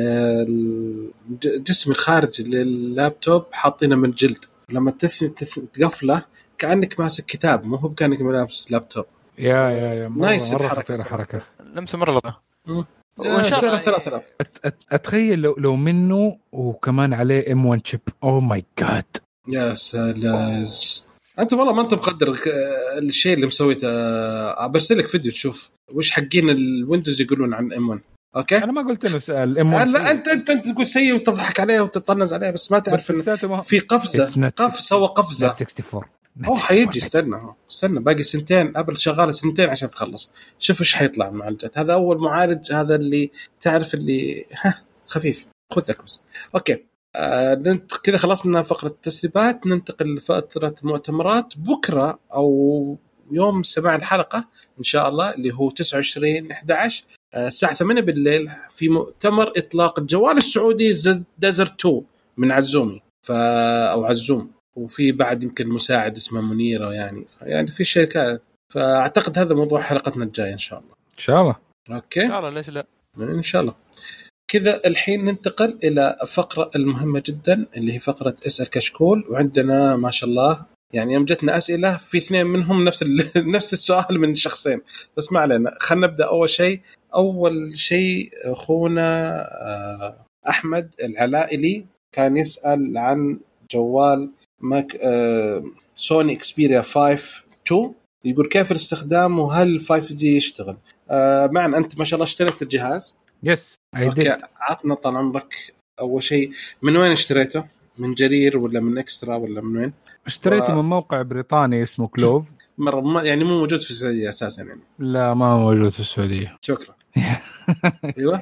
الجسم الخارجي لللابتوب حاطينه من جلد، لما تقفله كأنك ماسك كتاب مو هو كأنك ملابس لابتوب. يا نايس الحركة لمسه مرة لطيفة. وإن شاء الله 3000. أتخيل لو منه وكمان عليه M1 chip. أوه ماي جاد يا سلام، أنت والله ما أنت مقدر الشيء اللي مسويته. برسلك فيديو تشوف وش حقين الويندوز يقولون عن M1. أوكي أنا ما قلت إنه M1 لا أنت تقول سيء وتضحك عليه وتطنز عليه، بس ما تعرف إنه في قفزة هو قفزة 64. هو حيجي استنى باقي سنتين، أبل شغالة سنتين عشان تخلص. شوف إيش حيطلع معالجات. هذا أول معالج، هذا اللي تعرف اللي خفيف خذك بس. أوكي كذا خلصنا فقرة التسريبات، ننتقل لفترة المؤتمرات. بكرة أو يوم سماع الحلقة إن شاء الله اللي هو 29/11 الساعة 8 بالليل في مؤتمر إطلاق الجوال السعودي ديزرت 2 من عزومي أو عزوم، وفي بعد يمكن مساعد اسمه منيرة يعني في شركات. فأعتقد هذا موضوع حلقتنا الجاية إن شاء الله. إن شاء الله. أوكي إن شاء الله، ليش لا إن شاء الله. كذا الحين ننتقل إلى فقرة المهمة جدا اللي هي فقرة اسأل كشكول. وعندنا ما شاء الله يعني يوم جتنا أسئلة في 2 منهم نفس السؤال من شخصين، بس ما علينا. خلنا نبدأ. أول شيء أخونا أحمد العلائلي كان يسأل عن جوال ماك سوني إكسبيريا 5-2. يقول كيف الاستخدام وهل 5G يشتغل؟ معنا أنت ما شاء الله اشتريت الجهاز. يس أوكي عطنا طال عمرك اول شيء من وين اشتريته؟ من جرير ولا من اكسترا ولا من وين؟ اشتريته من موقع بريطاني اسمه كلوف. مره يعني مو موجود في السعوديه اساسا يعني. لا ما هو موجود في السعوديه. شكرا. ايوه.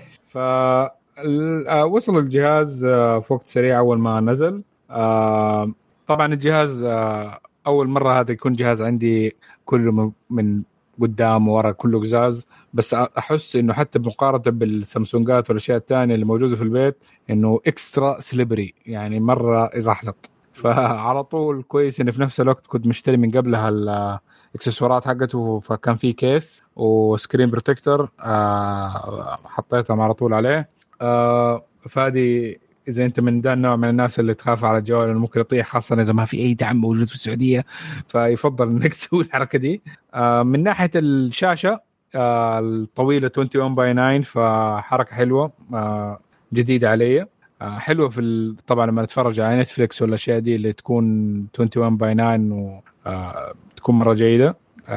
وصل الجهاز في وقت سريع اول ما نزل. طبعا الجهاز اول مره هذا يكون جهاز عندي كله من قدام وورا كله قزاز، بس احس انه حتى بمقارنه بالسامسونجات والاشياء الثانيه اللي موجوده في البيت انه اكسترا سليبري، يعني مره يزحلط. فعلى طول كويس ان في نفس الوقت كنت مشتري من قبلها الاكسسوارات حقته، فكان في كيس وسكرين بروتكتور حطيتهم على طول عليه. فادي اذا انت من ده النوع من الناس اللي تخاف على الجوال انه ممكن يطيح، خاصه اذا ما في اي دعم موجود في السعوديه، فيفضل انك تسوي الحركه دي. من ناحيه الشاشه الطويله 21/9 فحركه حلوه جديده علي. حلوه في طبعا لما نتفرج على نتفليكس والاشياء دي اللي تكون 21/9 وتكون مره جيده.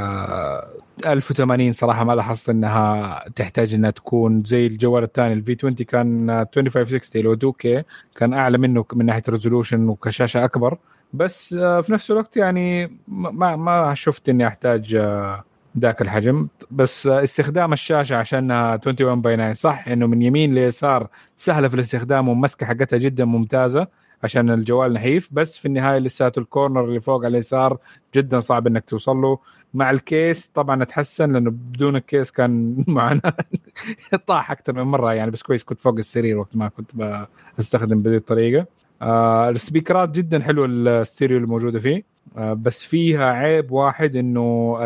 1080 صراحه ما لاحظت انها تحتاج انها تكون زي الجوال الثاني الفي 20 كان 2560 لو 2K كان اعلى منه من ناحيه ريزولوشن وكشاشه اكبر، بس في نفس الوقت يعني ما شفت اني احتاج ذاك الحجم. بس استخدام الشاشه عشانها 21/9 صح انه من يمين ليسار سهله في الاستخدام ومسكه حقتها جدا ممتازه عشان الجوال نحيف، بس في النهايه لساته الكورنر اللي فوق على اليسار جدا صعب انك توصل له. مع الكيس طبعا اتحسن لانه بدون الكيس كان معنا طاح اكثر من مره يعني، بس كويس كنت فوق السرير وقت ما كنت بستخدم بهذه الطريقه. السبيكرات جدا حلو الستيريو الموجوده فيه، بس فيها عيب واحد انه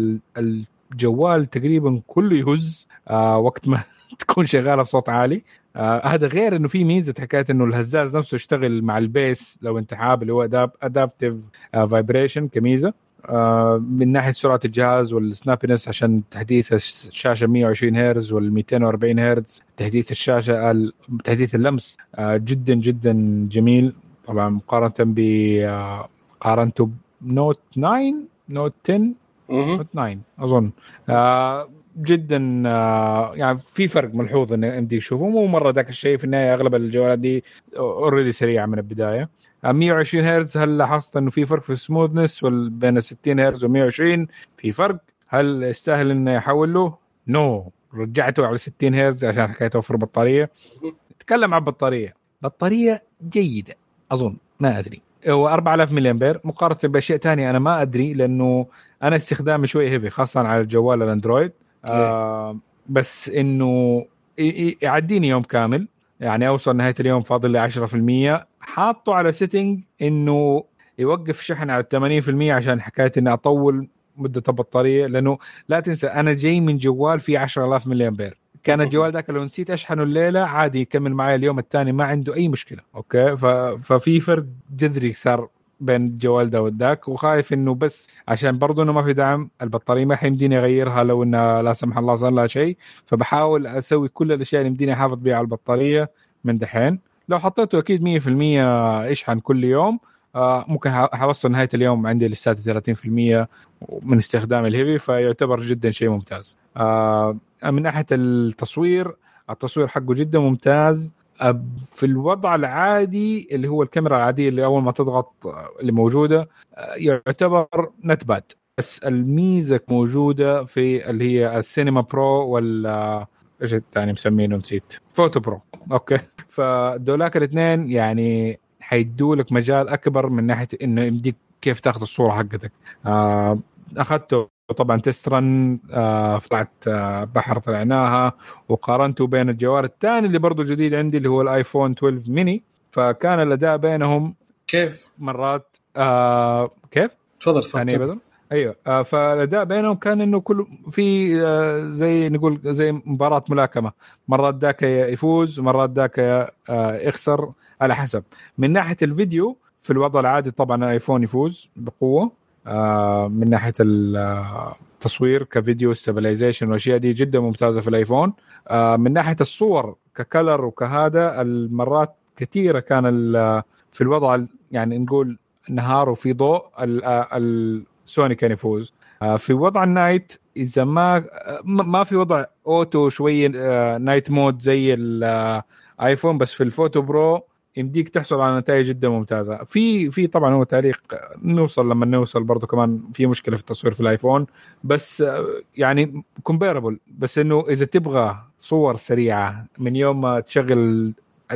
الجوال تقريبا كله يهز وقت ما تكون شغاله بصوت عالي. هذا غير انه في ميزه حكايه انه الهزاز نفسه يشتغل مع البيس لو انت حاب، اللي هو ادابتيف فايبريشن كميزه. من ناحيه سرعه الجهاز والسنابينس عشان تحديث الشاشه 120 هرتز وال 240 هرتز، تحديث الشاشه تحديث اللمس جدا جدا جميل. طبعا مقارنه قارنته بنوت 9 نوت 10 نوت 9 اظن جدا يعني في فرق ملحوظ ان ام دي يشوفه مو مره ذاك الشيء. في النهايه اغلب الجوالات دي اوريدي سريعه من البدايه. 120 هرتز هل لاحظت انه في فرق في السموثنس بين 60 هرتز و120 في فرق؟ هل يستاهل انه يحول له؟ نو رجعته على 60 هرتز عشان حكايه توفر بطاريه. نتكلم عن بطاريه جيده اظن ما ادري هو 4000 ملي امبير مقارنه باشياء تانية انا ما ادري لانه انا استخدامي شوي هيفي خاصه على الجوال الاندرويد. بس انه يعديني يوم كامل يعني اوصل نهايه اليوم فاضل لي 10%. حاطه على سيتنج انه يوقف شحن على 80% عشان حكايه اني اطول مده البطاريه، لانه لا تنسى انا جاي من جوال فيه 10000 ملي امبير. كان الجوال ذاك لو نسيت اشحنه الليله عادي يكمل معي اليوم الثاني ما عنده اي مشكله. اوكي ففي فرق جذري صار بين الجوال ده وذاك، وخايف انه بس عشان برضه انه ما في دعم البطاريه ما حيمديني اغيرها لو انه لا سمح الله صار لها شيء. فبحاول اسوي كل الاشياء اللي يمديني احافظ بيها على البطاريه من دحين. لو حطيته اكيد 100% اشحن كل يوم ممكن حوصل نهايه اليوم عندي لساتي 30% من استخدام الهيفي، فيعتبر جدا شيء ممتاز. من ناحيه التصوير حقه جدا ممتاز. في الوضع العادي اللي هو الكاميرا العادية اللي أول ما تضغط اللي موجودة يعتبر نتباد، بس الميزة موجودة في اللي هي السينما برو إيش الثاني مسمينه نسيت فوتو برو. أوكي فدولاك الاثنين يعني حيدولك مجال أكبر من ناحية إنه يمديك كيف تأخذ الصورة حقتك. أخذته طبعا تسترن طلعت بحر طلعناها وقارنته بين الجوال الثاني اللي برضو جديد عندي اللي هو الايفون 12 ميني، فكان الاداء بينهم كيف مرات كيف تفضل ثاني بدل ايوه. فالاداء بينهم كان انه كل في زي نقول زي مباراة ملاكمة، مرات ذاك يفوز ومرات ذاك يخسر على حسب. من ناحية الفيديو في الوضع العادي طبعا الايفون يفوز بقوة من ناحية التصوير كفيديو ستابلايزيشن والأشياء دي جدا ممتازة في الآيفون. من ناحية الصور ككلر وكهذا المرات كثيرة كان في الوضع يعني نقول نهار وفي ضوء السوني كان يفوز. في وضع النايت اذا ما في وضع اوتو شويه نايت مود زي الايفون، بس في الفوتو برو يمديك تحصل على نتائج جدا ممتازه. في طبعا هو تعليق لما نوصل برضو كمان في مشكله في التصوير في الايفون، بس يعني كومبيربل. بس انه اذا تبغى صور سريعه من يوم ما تشغل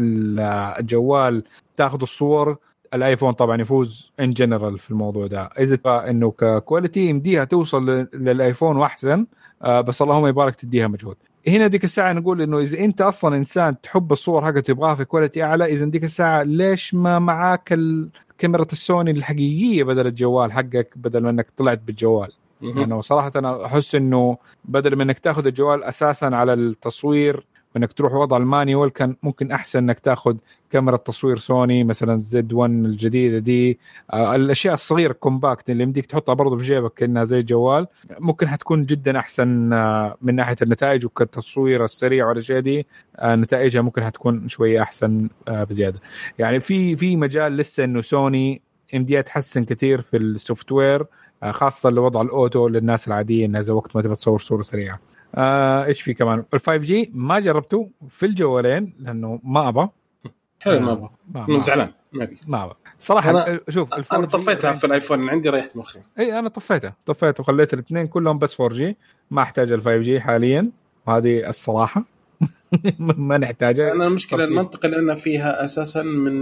الجوال تاخذ الصور، الايفون طبعا يفوز ان جنرال في الموضوع ده. اذا انه ككواليتي يمديها توصل للايفون واحسن، بس اللهم يبارك تديها مجهود. هنا ديك الساعه نقول انه اذا انت اصلا انسان تحب الصور حقك تبغاها في كواليتي اعلى، اذا ديك الساعه ليش ما معاك الكاميرا السوني الحقيقيه بدل الجوال حقك، بدل ما انك طلعت بالجوال. يعني صراحه انا احس انه بدل من انك تاخذ الجوال اساسا على التصوير وانك تروح وضع المانيوال، كان ممكن احسن انك تاخذ كاميرا تصوير سوني مثلا زد 1 الجديده دي. الاشياء الصغيره كومباكت اللي يمديك تحطها برضو في جيبك كأنها زي الجوال، ممكن حتكون جدا احسن من ناحيه النتائج وكالتصوير السريع والاشياء دي. نتائجها ممكن حتكون شويه احسن بزياده. يعني في مجال لسه انه سوني يمديها تحسن كثير في السوفت وير، خاصه لوضع الاوتو للناس العاديه، انها اذا وقت ما تبغى تصور صوره سريعه. ايش في كمان؟ ال5G ما جربته في الجوالين لانه ما ابغى. حلو ما ابغى، زعلان ما ابغى صراحه. شوف انا طفيتها في الايفون، عندي ريحه مخي. اي انا طفيته وخليت الاثنين كلهم بس 4G، ما احتاج ال5G حاليا، وهذه الصراحه ما نحتاجها. انا المشكله المنطقه لان فيها اساسا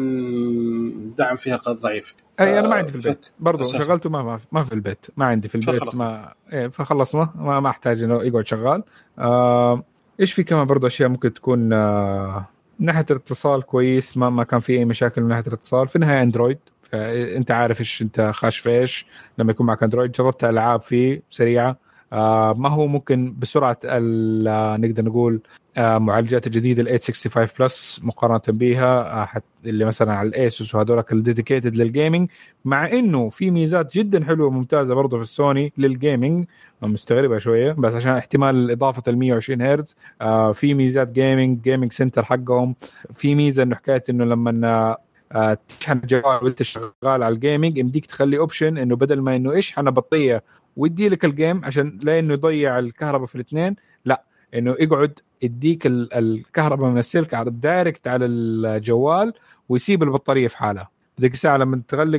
من دعم فيها قد ضعيف. اي انا ما عندي في البيت برضو شغلته، ما في البيت، ما عندي في البيت ما فخلصنا ما احتاج انه يقعد شغال. ايش في كمان برضو اشياء ممكن تكون ناحيه الاتصال كويس، ما كان في اي مشاكل من ناحيه الاتصال. في النهايه اندرويد، فانت عارف ايش انت خاش في ايش لما يكون معك اندرويد. جربت العاب فيه سريعه، ما هو ممكن بسرعه نقدر نقول معالجات الجديده ال 865 بلس مقارنه بها اللي مثلا على الاسوس وهذول الديديكيتد للجيمنج، مع انه في ميزات جدا حلوه وممتازه برضه في السوني للجيمنج. مستغربه شويه بس عشان احتمال اضافه ال 120 هرتز. في ميزات جيمنج سنتر حقهم، في ميزه انه حكايه انه لما تشحن الجوال وانت شغال على الجيمنج يمديك تخلي اوبشن انه بدل ما انه يشحن بطاريه ويدي لك الجيم عشان لا انه يضيع الكهرباء في الاثنين، لا انه يقعد يديك الكهرباء من السلك على الدايركت على الجوال ويسيب البطاريه في حالها. ذيك الساعه لما تغلق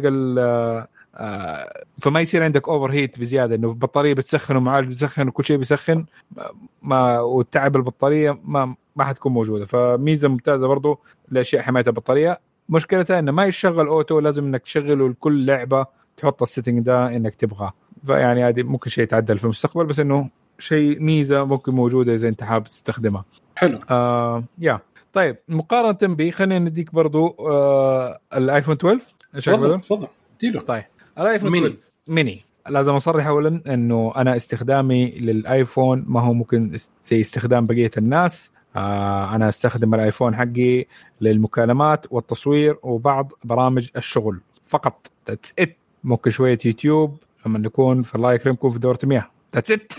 فما يصير عندك اوفر هيت بزياده، انه البطاريه بتسخن ومعالج بيسخن وكل شيء بيسخن، وتعب البطاريه ما حتكون موجوده. فميزه ممتازه برضو لاشياء حمايه البطاريه. مشكلتها انه ما يشغل اوتو، لازم انك تشغله لكل لعبه تحط السيتنج ده انك تبغاه. فيعني هذه ممكن شيء يتعدل في المستقبل، بس انه شيء ميزه ممكن موجوده اذا انت حابب تستخدمها. حلو. طيب مقارنه به خلينا نديك برضو الايفون 12. تفضل ديله. طيب الايفون 12 ميني، لازم اصرح اولا انه انا استخدامي للايفون ما هو ممكن زي استخدام بقيه الناس. انا استخدم الايفون حقي للمكالمات والتصوير وبعض برامج الشغل فقط. ذاتس ات. ممكن شويه يوتيوب لما نكون في الله يكرمكم في دورة مياه. ذاتس ات.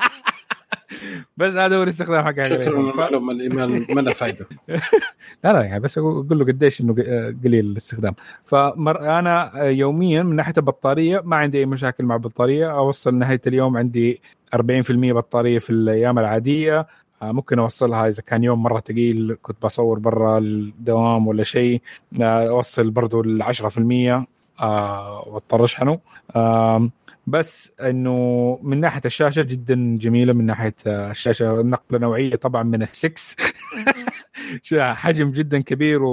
بس هذا هو الاستخدام حقي. شكرا للمعلومه الايمان ما له فايده. لا يعني بس اقول له قديش انه قليل الاستخدام. فانا يوميا من ناحيه البطاريه ما عندي اي مشاكل مع البطاريه. اوصل نهايه اليوم عندي 40% بطاريه في الايام العاديه. ممكن اوصلها اذا كان يوم مره ثقيل كنت بصور برا الدوام ولا شيء، اوصل برضو 10% واضطر اشحنه. بس انه من ناحيه الشاشه جدا جميله، من ناحيه الشاشه نقله نوعيه طبعا من ال6 حجم جدا كبير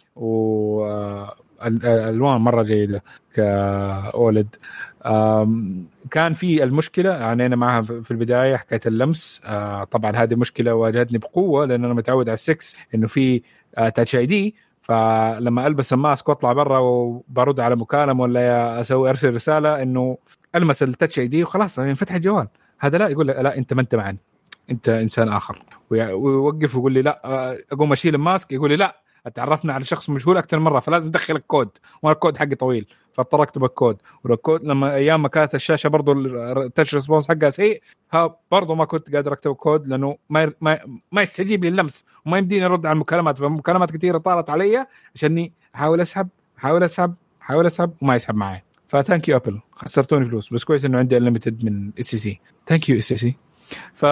الالوان مره جيده كاولد. كان في المشكله عانينا معها في البدايه حكايه اللمس. طبعا هذه مشكله واجهتني بقوه لان انا متعود على ال6 انه في تاتش اي دي، فلما البس الماسك واطلع برا وبرد على مكالمه ولا اسوي ارسل رساله انه المس التاتش اي دي وخلاص ينفتح الجوال. هذا لا، يقول لا انت ما انت معي، انت انسان اخر، ويوقف ويقول لي لا. اقوم اشيل الماسك يقول لي لا، اتعرفنا على شخص مجهول اكثر مره فلازم ادخل الكود، وانا الكود حقي طويل فاضطر اكتب الكود. والكود لما ايام ما كانت الشاشه برضو التاتش ريسبونس حقها سيء، برضو ما كنت قادر اكتب الكود لانه ما يستجيب لي اللمس وما يمديني ارد على المكالمات. فمكالمات كثيره طالت علي عشاني احاول اسحب وما يسحب معي. فثانك يو ابل، خسرتوني فلوس بس كويس انه عندي انليمتد من اس سي. ثانك يو اس سي. ف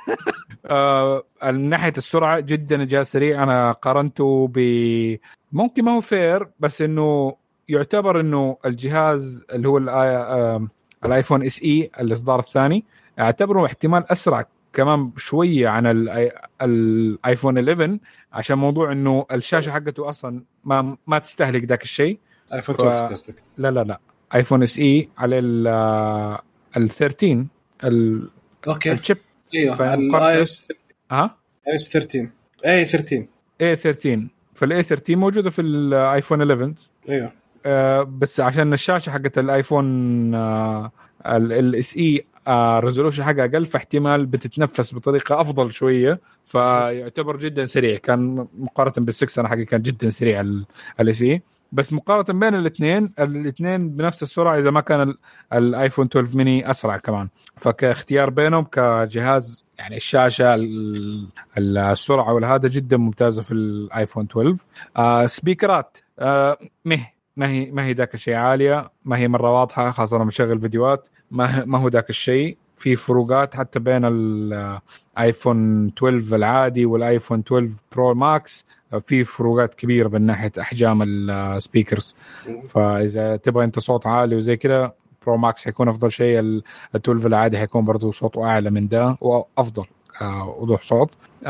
من ناحيه السرعه جدا الجهاز سريع. انا قارنته ب ممكن ما هو فير بس انه يعتبر انه الجهاز اللي هو الايفون اس اي الاصدار الثاني اعتبره احتمال اسرع كمان شويه عن الايفون 11 عشان موضوع انه الشاشه حقته اصلا ما تستهلك ذاك الشيء. ايفون 12 قصدك؟ لا ايفون اس اي على ال 13 اوكي الشيب. ايوه الاي اس اي اس 13 اي 13 اي 13. فالاي 13 موجوده في الايفون 11. ايوه بس عشان الشاشه حقت الايفون الاس اي ريزولوشن حقها اقل فاحتمال بتتنفس بطريقه افضل شويه فيعتبر جدا سريع. كان مقارنه بال6 انا حقي كان جدا سريع الاس اي. بس مقارنه بين الاثنين بنفس السرعه اذا ما كان الايفون 12 ميني اسرع كمان. فكاختيار بينهم كجهاز يعني الشاشه السرعه والهذا جدا ممتازه في الايفون 12. سبيكرات ما هي ذاك الشيء عاليه، ما هي مره واضحه خاصه لما نشغل فيديوهات. ما هو ذاك الشيء. في فروقات حتى بين الايفون 12 العادي والايفون 12 برو ماكس، في فروقات كبيره من ناحيه احجام السبيكرز. فاذا تبغى انت صوت عالي وزي كده برو ماكس حيكون افضل شيء. ال 12 العادي حيكون برضو صوته اعلى من ده وافضل وضوح صوت.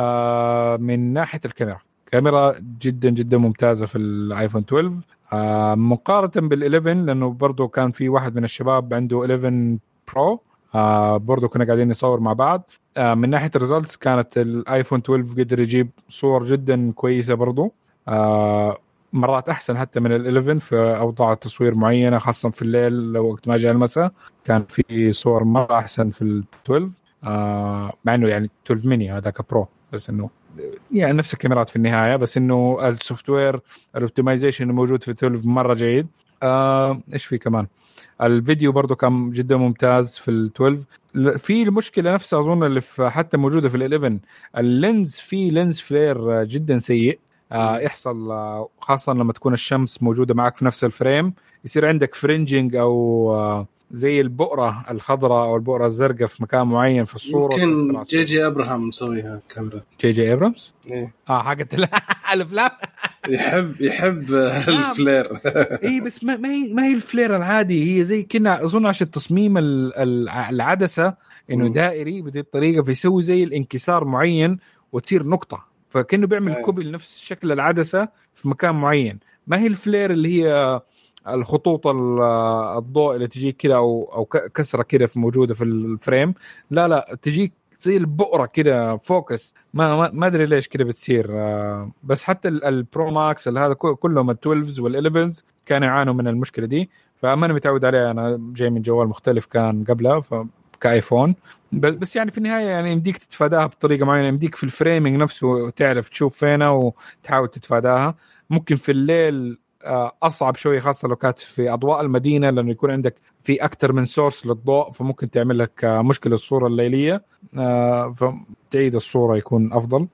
من ناحيه الكاميرا جدا جدا ممتازه في الايفون 12 مقارنه بال11 لانه برضو كان في واحد من الشباب عنده 11 برو برضو كنا قاعدين نصور مع بعض. من ناحيه الريزلتس كانت الايفون 12 قدر يجيب صور جدا كويسه برضو مرات احسن حتى من ال11 في اوضاع تصوير معينه خاصه في الليل لو وقت ما جاء المساء كان في صور مره احسن في ال12 مع انه يعني 12 ميني هذاك برو بس انه يعني نفس الكاميرات في النهايه بس انه السوفت وير الاوبتمايزيشن الموجود في 12 مره جيد. ايش في كمان الفيديو برضو كان جدا ممتاز في ال12. في المشكله نفسها اظن اللي حتى موجوده في ال11 اللينز في لينز فلير جدا سيء يحصل خاصه لما تكون الشمس موجوده معك في نفس الفريم يصير عندك فرنجينج او زي البؤره الخضراء او البؤره الزرقاء في مكان معين في الصوره. يمكن جي ابراهام مسويها كاميرا. جي ابرامز ايه حقت الافلام يحب الفلير. اي بس ما هي الفلير العادي. هي زي كنا اظن عشان تصميم العدسه انه دائري بهذه الطريقه فيسوي زي الانكسار معين وتصير نقطه فكانه بيعمل كوبي لنفس شكل العدسه في مكان معين. ما هي الفلير اللي هي الخطوط الضوء اللي تجيك كده او كسره كده موجوده في الفريم. لا تجيك زي البؤره كده فوكس ما ادري ليش كده بتصير. بس حتى البرو ماكس هذا كلهم ال12 وال11 كانوا يعانوا من المشكله دي فما انا متعود عليها. انا جاي من جوال مختلف كان قبلها كايفون بس يعني في النهايه يعني يمديك تتفاداها بطريقه معينه. يمديك في الفريمينج نفسه تعرف تشوف فينها وتحاول تتفاداها. ممكن في الليل أصعب شوي خاصة لو كانت في أضواء المدينة لأنه يكون عندك في أكتر من سورس للضوء فممكن تعمل لك مشكلة الصورة الليلية فتعيد الصورة يكون أفضل.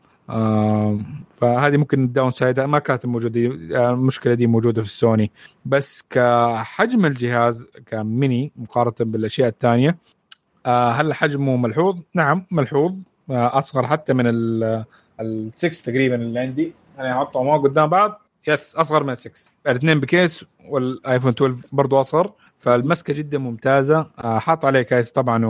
فهذه ممكن الداون سايد ما كانت موجودة المشكلة دي موجودة في السوني. بس كحجم الجهاز كميني مقارنة بالأشياء الثانية هل حجمه ملحوظ؟ نعم ملحوظ. أصغر حتى من ال6 تقريبا اللي عندي أنا أحطهم ما قدام بعض. يس أصغر من 6 الاثنين بكيس والآيفون 12 برضو أصغر فالمسكة جدا ممتازة. حاط عليه كيس طبعا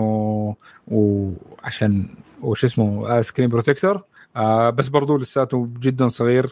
وعشان وش اسمه سكرين بروتكتور بس برضو لساته جدا صغير.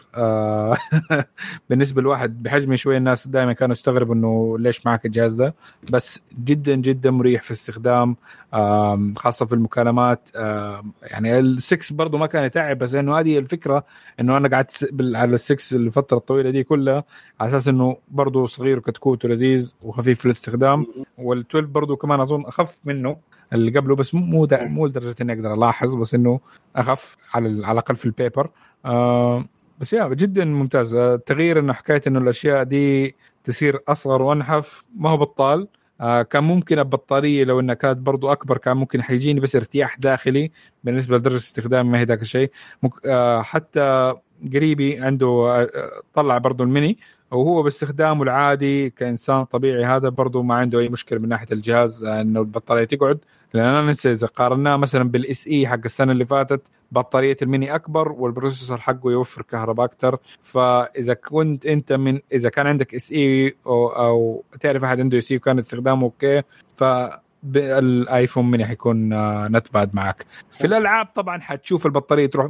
بالنسبة لواحد بحجمي شوية الناس دائما كانوا يستغربوا انه ليش معك الجهاز ده بس جدا جدا مريح في الاستخدام خاصة في المكالمات. يعني ال6 برضو ما كان يتعب بس انه هذه الفكرة انه انا قعدت على ال6 الفترة الطويلة دي كلها على اساس انه برضو صغير وكتكوت ولذيذ وخفيف في الاستخدام. وال12 برضو كمان اظن اخف منه اللي قبله بس مو لدرجة اني اقدر الاحظ بس انه اخف على الاقل في البيبر. بس جدا ممتاز. التغيير انه حكايه انه الاشياء دي تصير اصغر وانحف ما هو بطال. كان ممكن البطاريه لو انها كانت برضو اكبر كان ممكن حيجيني بس ارتياح داخلي بالنسبه لدرجه استخدام ما هي ذاك الشيء. حتى قريبي عنده طلع برضو الميني وهو باستخدامه العادي كإنسان طبيعي هذا برضو ما عنده أي مشكلة من ناحية الجهاز إنه البطارية تقعد. لأن أنا نسي إذا قارناه مثلا بالإس إي حق السنة اللي فاتت بطارية الميني أكبر والبروسيسور حقه يوفر كهرباء أكتر. فإذا كنت أنت إذا كان عندك إس إي أو تعرف أحد عنده إس إي وكان استخدامه أوكي بالايفون ميني حيكون نت باد معك. في الالعاب طبعا حتشوف البطاريه تروح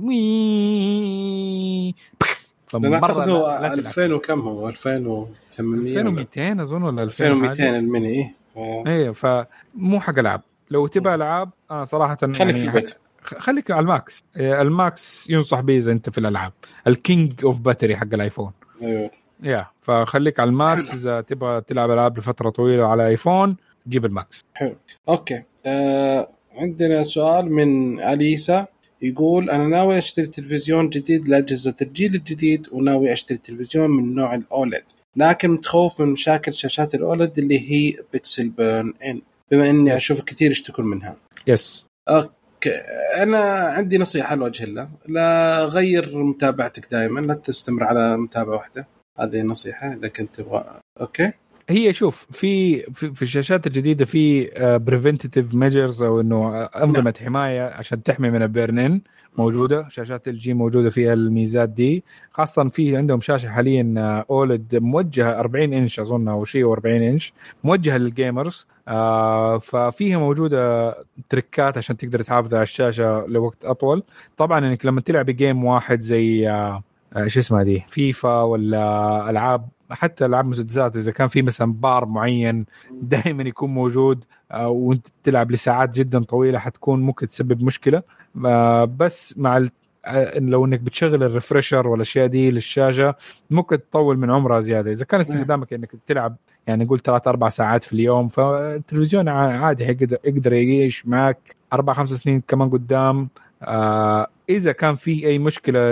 فمره 2000 وكم هو 2800 2200 اظن ولا 2200 الميني. ايه فمو حق العاب. لو تبغى العاب صراحه خليك يعني في البيت، خليك على الماكس. الماكس ينصح به اذا انت في الالعاب الكينج اوف باتري حق الايفون. ايوه فخليك على الماكس. اذا تبغى تلعب العاب لفتره طويله على ايفون جيب الماكس. حلو. اوكي عندنا سؤال من أليسا يقول أنا ناوي أشتري تلفزيون جديد لأجهزة الجيل الجديد وناوي أشتري تلفزيون من نوع الأوليد لكن متخوف من مشاكل شاشات الأوليد اللي هي بيكسل بيرن إن بما إني أشوف كثير يشتكون منها. يس. أوكي أنا عندي نصيحة لوجه الله، لا غير متابعتك دائما، لا تستمر على متابعة واحدة. هذه نصيحة إذا كنت تبغى. أوكي هي شوف في الشاشات الجديده في بريفنتيف ميجرز او انه انظمه حمايه عشان تحمي من البيرن ان موجوده. شاشات الجي موجوده فيها الميزات دي، خاصه في عندهم شاشه حاليا اولد موجهه 40 انش اظن او شيء 40 انش موجهه للجيمرز. ففيها موجوده تريكات عشان تقدر تحافظ على الشاشه لوقت اطول. طبعا انك لما تلعب جيم واحد زي ايش اسمها دي فيفا ولا العاب حتى العاب مسدسات، اذا كان في مثلا بار معين دائما يكون موجود وانت تلعب لساعات جدا طويله حتكون ممكن تسبب مشكله. بس مع لو انك بتشغل الريفرشر والاشياء دي للشاشه ممكن تطول من عمرها زياده. اذا كان استخدامك انك تلعب يعني نقول 3-4 ساعات في اليوم فالتلفزيون عادي يقدر يعيش معك 4-5 سنين كمان قدام. إذا كان في أي مشكلة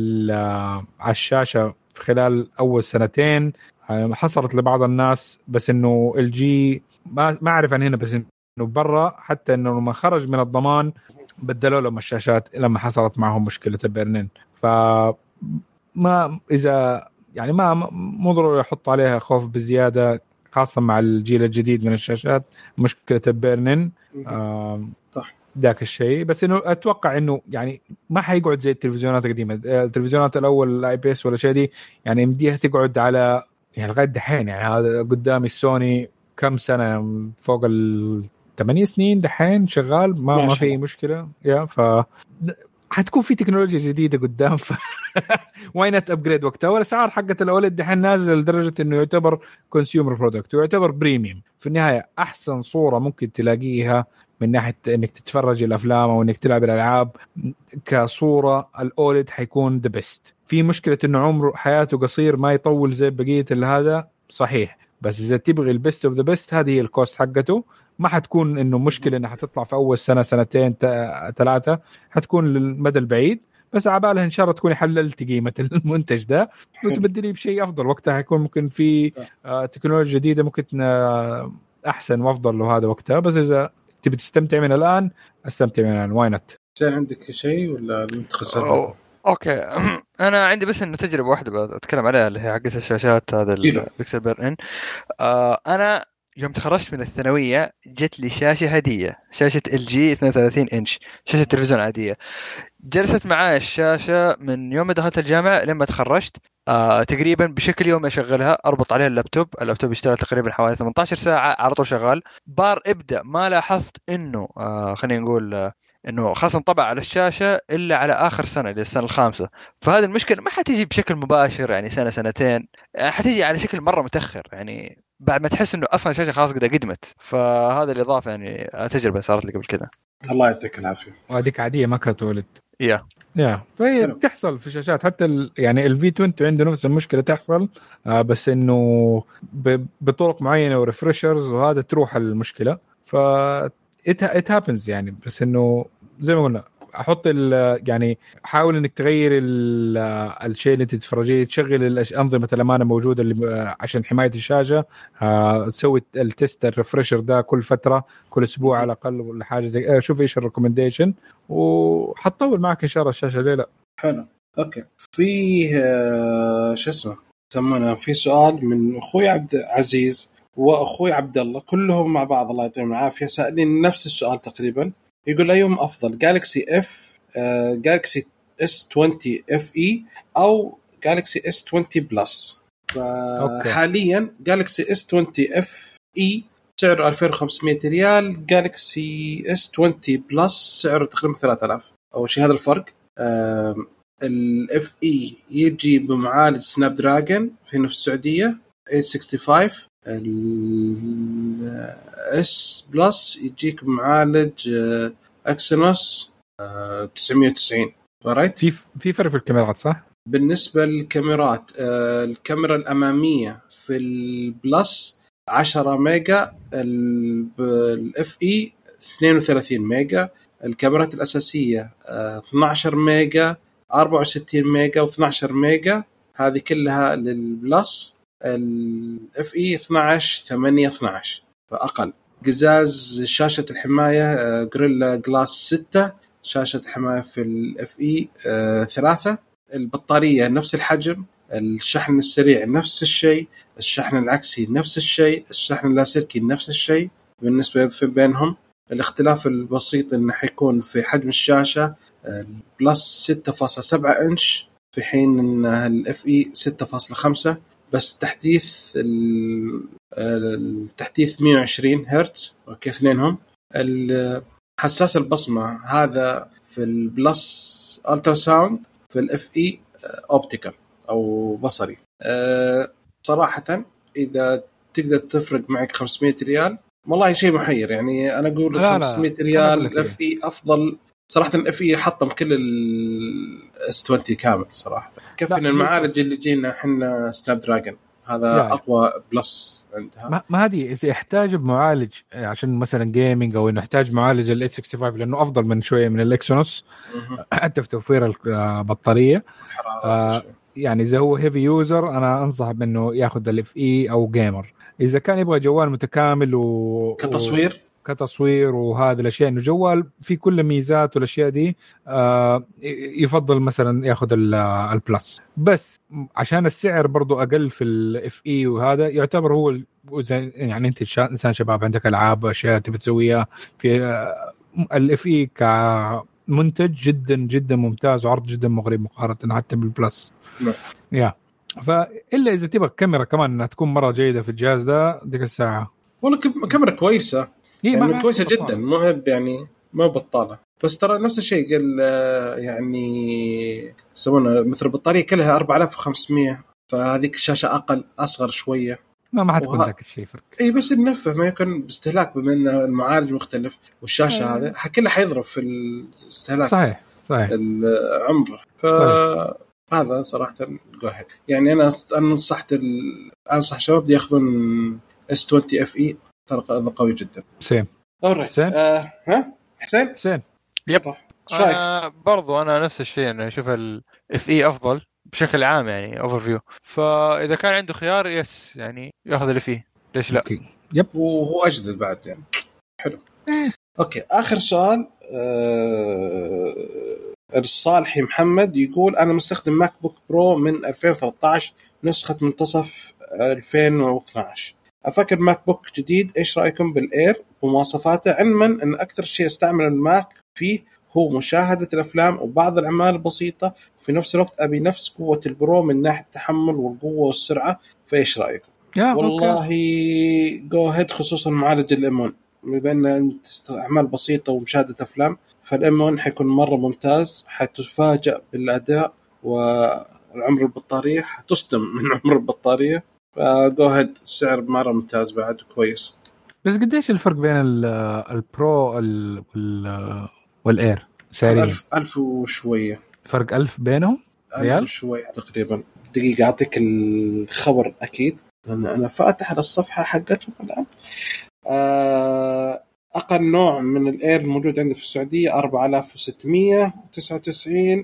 على الشاشة في خلال أول سنتين حصلت لبعض الناس، بس إنه الجي ما أعرف عن هنا، بس إنه برا حتى إنه لما خرج من الضمان بدلوا لهم الشاشات لما حصلت معهم مشكلة البرنين. فما إذا يعني ما ضروري يحط عليها خوف بزيادة، خاصة مع الجيل الجديد من الشاشات مشكلة البرنين ذاك الشيء. بس انه اتوقع انه يعني ما حيقعد زي التلفزيونات القديمه. التلفزيونات الاول الاي بي اس ولا شيء دي يعني مديها تقعد على يعني لغايه دحين. يعني هذا قدامي السوني كم سنه فوق 8 سنين دحين شغال ما في مشكله. ف حتكون في تكنولوجيا جديده قدام واي نت ابجريد وقتها. والاسعار حقت الاولد دحين نازل لدرجه انه يعتبر كونسيومر برودكت ويعتبر بريميوم. في النهايه احسن صوره ممكن تلاقيها من ناحيه انك تتفرج الافلام او انك تلعب الالعاب كصوره الاولد حيكون ذا بيست. في مشكله انه عمره حياته قصير ما يطول زي بقيه هذا صحيح، بس اذا تبغي البيست اوف ذا بيست هذه هي الكوست حقته. ما حتكون انه مشكله انها حتطلع في اول سنه سنتين 3 حتكون للمدى البعيد، بس عبالها ان شاء الله تكوني حللتي قيمه المنتج ده وتبدليه بشيء افضل. وقتها حيكون ممكن في تكنولوجيا جديده ممكن احسن وافضل له هذا وقتها. بس اذا تبي تستمتع من الان استمتع من الان. واي نوت؟ عندك شيء ولا منتخب؟ اوكي انا عندي بس انه تجربه واحده بتكلم عليها اللي هي حقت الشاشات هذا البيكسل بيرن. انا يوم تخرجت من الثانويه جت لي شاشه هديه، شاشه ال جي 32 انش، شاشه تلفزيون عاديه. جلست معايا الشاشه من يوم ما دخلت الجامعه لما تخرجت. تقريبا بشكل يومي اشغلها، اربط عليها اللابتوب يشتغل تقريبا حوالي 18 ساعه على طول شغال. بار ابدا ما لاحظت انه خلينا نقول انه خاصه طبع على الشاشه الا على اخر سنه للسنه الخامسه. فهذه المشكله ما حتيجي بشكل مباشر يعني سنه سنتين، حتيجي على شكل مره متاخر يعني بعد ما تحس انه اصلا الشاشه خلاص قد قدمت. فهذا الاضافه يعني تجربه صارت لي قبل كده. الله يعطيك العافيه. وهذيك عاديه ما كانت تولد. يا فهي بتحصل في شاشات حتى يعني الفي 20 عنده نفس المشكله تحصل، بس انه بطرق معينه وريفرشرز وهذا تروح المشكله. ف it happens يعني. بس انه زي ما قلنا احط يعني حاول انك تغير الشيء اللي تتفرجيه، تشغل الانظمه الامانه موجوده اللي عشان حمايه الشاشه. تسوي التست الريفرشر ده كل فتره، كل اسبوع على الاقل ولا حاجه زي شوف ايش الريكومنديشن وحتطول معك ان شاء الله الشاشه. ليه لا؟ حلو. اوكي فيه شو اسمه سمونا في سؤال من أخوي عبد العزيز وأخوي عبد الله، كلهم مع بعض الله يعطيهم العافية، سألين نفس السؤال تقريبا. يقول أيهم أفضل، جالكسي S20 FE أو جالكسي S20 بلس؟ فحاليا جالكسي S20 FE سعره 2500 ريال، جالكسي S20 بلس سعره تقريبا 3000. أول شيء هذا الفرق. ال FE يجي بمعالج سناب دراجون هنا في السعودية 865، ال S بلس يجيك بمعالج اكسينوس 990. رايت. في فرق في الكاميرات صح؟ بالنسبة للكاميرات الكاميرا الأمامية في البلس 10 ميجا، الاف اي 32 ميجا، الكاميرات الأساسية 12 ميجا، 64 ميجا و12 ميجا، هذه كلها للبلس. الاف اي 12 8 12 فأقل. قزاز شاشة الحماية جوريلا جلاس 6، شاشة حماية في الاف اي 3. البطارية نفس الحجم، الشحن السريع نفس الشيء، الشحن العكسي نفس الشيء، الشحن اللاسلكي نفس الشيء. بالنسبة في بينهم الاختلاف البسيط انه حيكون في حجم الشاشة، بلس 6.7 انش في حين ان الاف اي 6.5. بس التحديث 120 هرتز اوكي اثنينهم. حساس البصمة هذا في البلس الترا ساوند، في الاف اي اوبتيكال او بصري. صراحة اذا تقدر تفرق معك 500 ريال والله شيء محير. يعني انا اقول 500 ريال الاف اي افضل صراحة. الاف اي حطم كل الاس 20 كامل صراحة. كيف ان المعالج اللي جينا احنا سناب دراجون هذا يعني اقوى بلس عندها. ما هذه اذا يحتاج بمعالج عشان مثلا جيمنج او انه يحتاج معالج ال 865 لانه افضل من شويه من الاكسونوس حتى في توفير البطاريه. يعني اذا هو هيفي يوزر انا انصح بانه ياخذ الاف اي او جيمر. اذا كان يبغى جوال متكامل كتصوير وهذه الاشياء انه جوال في كل ميزات والاشياء دي يفضل مثلا ياخذ البلس. بس عشان السعر برضو اقل في الاف اي وهذا يعتبر هو يعني انت انسان شباب عندك العاب اشياء تبي تسويها في الاف اي كمنتج جدا جدا ممتاز وعرض جدا مغري مقارنه حتى بالبلس. يا فالا اذا تبغى كاميرا كمان انها تكون مره جيده في الجهاز ده ديك الساعه والله كاميرا كويسه يعني كويسه جدا مو يعني ما بطاله. بس ترى نفس الشيء قال يعني يسمونه مثل البطاريه كلها 4500 فهذيك الشاشه اقل اصغر شويه ما حتكون ذاك الشيء فرق. اي بس النفه ما يكون باستهلاك بما ان المعالج مختلف والشاشه هذا كله حيضرب في الاستهلاك. صحيح العمر. فهذا صراحه جوهد. يعني انا انصح شباب ياخذون S20 FE ترى قوي جدا. سيم ها حسين يب. برضو انا نفس الشيء انا اشوف الاف اي افضل بشكل عام يعني اوفر فيو. فاذا كان عنده خيار يس يعني ياخذ الاف اي ليش لا. يب وهو اجدد بعد يعني حلو. اوكي اخر سؤال الصالحي محمد يقول انا مستخدم ماك بوك برو من 2013 نسخة منتصف 2012 أفكر ماك بوك جديد. إيش رأيكم بالإير بمواصفاته علما أن أكثر شيء استعمل الماك فيه هو مشاهدة الأفلام وبعض الأعمال البسيطة وفي نفس الوقت أبي نفس قوة البرو من ناحية التحمل والقوة والسرعة. فإيش رأيكم؟ والله جو هيد خصوصا معالج الإم1 بأن أنت أعمال بسيطة ومشاهدة أفلام فالإم1 حيكون مرة ممتاز. حتفاجأ بالأداء والعمر البطارية حتصدم من عمر البطارية. فجو هيد السعر مرة ممتاز بعد كويس. بس قديش الفرق بين البرو والإير سعريا؟ 1000 وشوية فرق 1000 بينهم 1000 وشوية تقريبا. دقيقة أعطيك الخبر أكيد لأن أنا فاتح على الصفحة حقتهم الآن. أقل نوع من الإير الموجود عندي في السعودية 4699.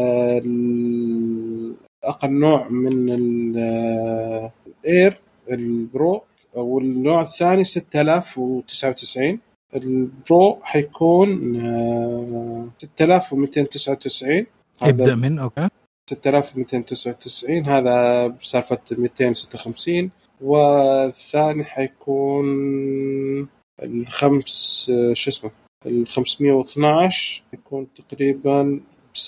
أقل نوع من الإير البرو والنوع الثاني 6099. البرو حيكون 6299. يبدأ من أوكي 6299 هذا بسالفة 256. والثاني حيكون ال 512 يكون تقريبا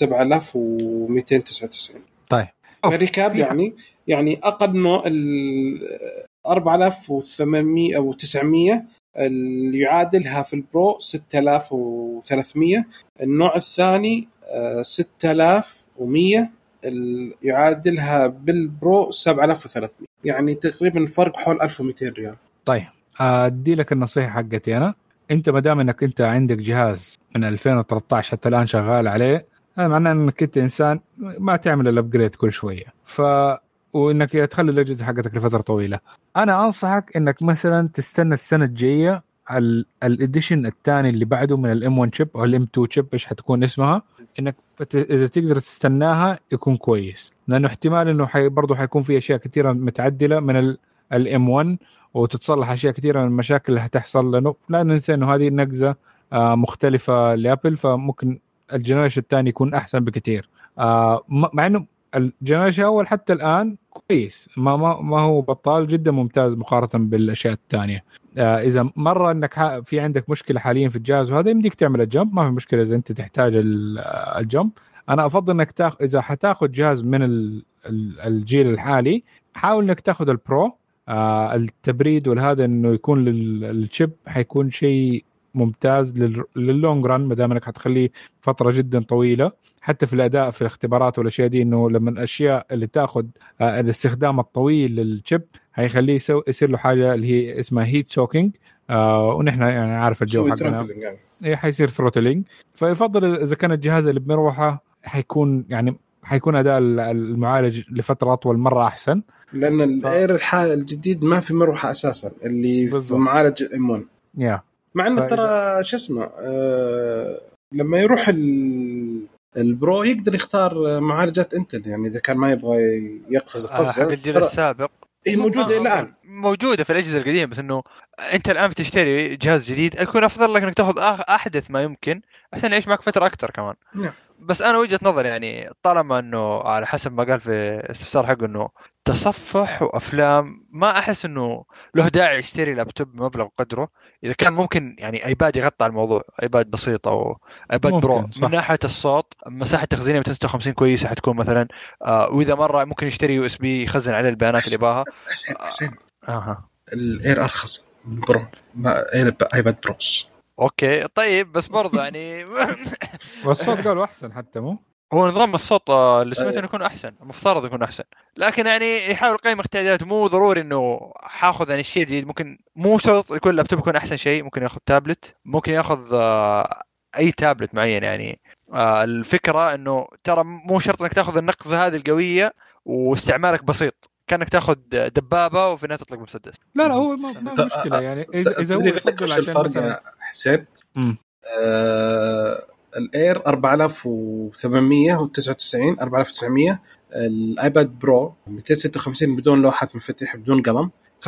7299. طيب فريكاب يعني أقل نوع 4800 أو 900 اللي يعادلها في البرو 6300. النوع الثاني 6100 اللي يعادلها بالبرو 7300. يعني تقريبا فرق حول 1200 ريال. طيب أدي لك النصيحة حقتي أنا. أنت مدام أنك أنت عندك جهاز من 2013 حتى الآن شغال عليه، هذا معناه أنك أنت إنسان ما تعمل الأبجريد كل شوية، وإنك تخلي الأجهزة حقتك لفترة طويلة. أنا أنصحك إنك مثلا تستنى السنة الجاية الإديشن الثاني اللي بعده من الM1 chip أو الM2 chip إيش حتكون اسمها، إنك إذا تقدر تستناها يكون كويس، لأنه احتمال إنه برضو حيكون في أشياء كثيرة متعدلة من الM1 وتتصلح أشياء كثيرة من المشاكل اللي هتحصل. لأنه لا ننسى إنه هذه نقزة مختلفة لأبل، فممكن الجنريشن الثاني يكون أحسن بكثير. مع إنه الجنريشن الأول حتى الآن كويس، ما هو بطال، جدا ممتاز مقارنة بالأشياء الثانية. إذا مرة إنك في عندك مشكلة حاليا في الجهاز وهذا يمديك تعمل الجمب، ما في مشكلة إذا أنت تحتاج الجمب. أنا أفضل إنك إذا حتاخد جهاز من الجيل الحالي حاول إنك تاخد البرو. التبريد والهذا إنه يكون للشيب حيكون شيء ممتاز لللونج ران، مدام انك حتخليه فتره جدا طويله. حتى في الاداء في الاختبارات والاشياء دي، انه لما الاشياء اللي تاخذ الاستخدام الطويل للشيب هيخليه يصير له حاجه اللي هي اسمها هيت سوكينج، ونحن يعني عارف الجو حقنا حيصير ثروتلينج. فيفضل اذا كان الجهاز اللي بمروحه حيكون اداء المعالج لفتره اطول مره احسن، لان الاير الجديد ما في مروحه اساسا اللي معالج M1. مع انه ترى شو اسمه لما يروح البرو يقدر يختار معالجات انتل، يعني اذا كان ما يبغى يقفز القفزه حق الجيل السابق هي موجوده الان، موجوده في الاجهزه القديمه. بس انه انت الان بتشتري جهاز جديد يكون افضل لك انك تاخذ احدث ما يمكن عشان يعيش معك فتره اكثر كمان. بس انا وجهه نظر يعني طالما انه على حسب ما قال في الاستفسار حقه انه تصفح وافلام، ما احس انه له داعي يشتري لابتوب بمبلغ قدره. اذا كان ممكن يعني ايباد يغطي الموضوع، ايباد بسيط او ايباد برو من ناحيه الصوت، مساحه تخزينيه 256 كويسه حتكون مثلا. واذا مره ممكن يشتري USB يخزن عليه البيانات اللي يباها. حسين الاير ارخص من برو، ما ايباد بروس. اوكي طيب، بس برضه يعني والصوت قالوا احسن، حتى مو هو نظام الصوت اللي سمعت انه يكون احسن، مفترض يكون احسن، لكن يعني يحاول يقيم احتياجاته. مو ضروري انه حاخذ يعني الشيء الجديد، ممكن مو شرط يكون اللابتوب يكون احسن شيء، ممكن ياخذ تابلت، ممكن ياخذ اي تابلت معين. يعني الفكره انه ترى مو شرط انك تاخذ النقزه هذه القويه واستعمالك بسيط كانك تاخذ دبابه وفي النهايه تطلق مسدس. لا هو ما مشكله يعني اذا هو يفضل عشان مثلا حسين الاير 4899 4900، الايباد برو 256 بدون لوحه مفاتيح بدون قلم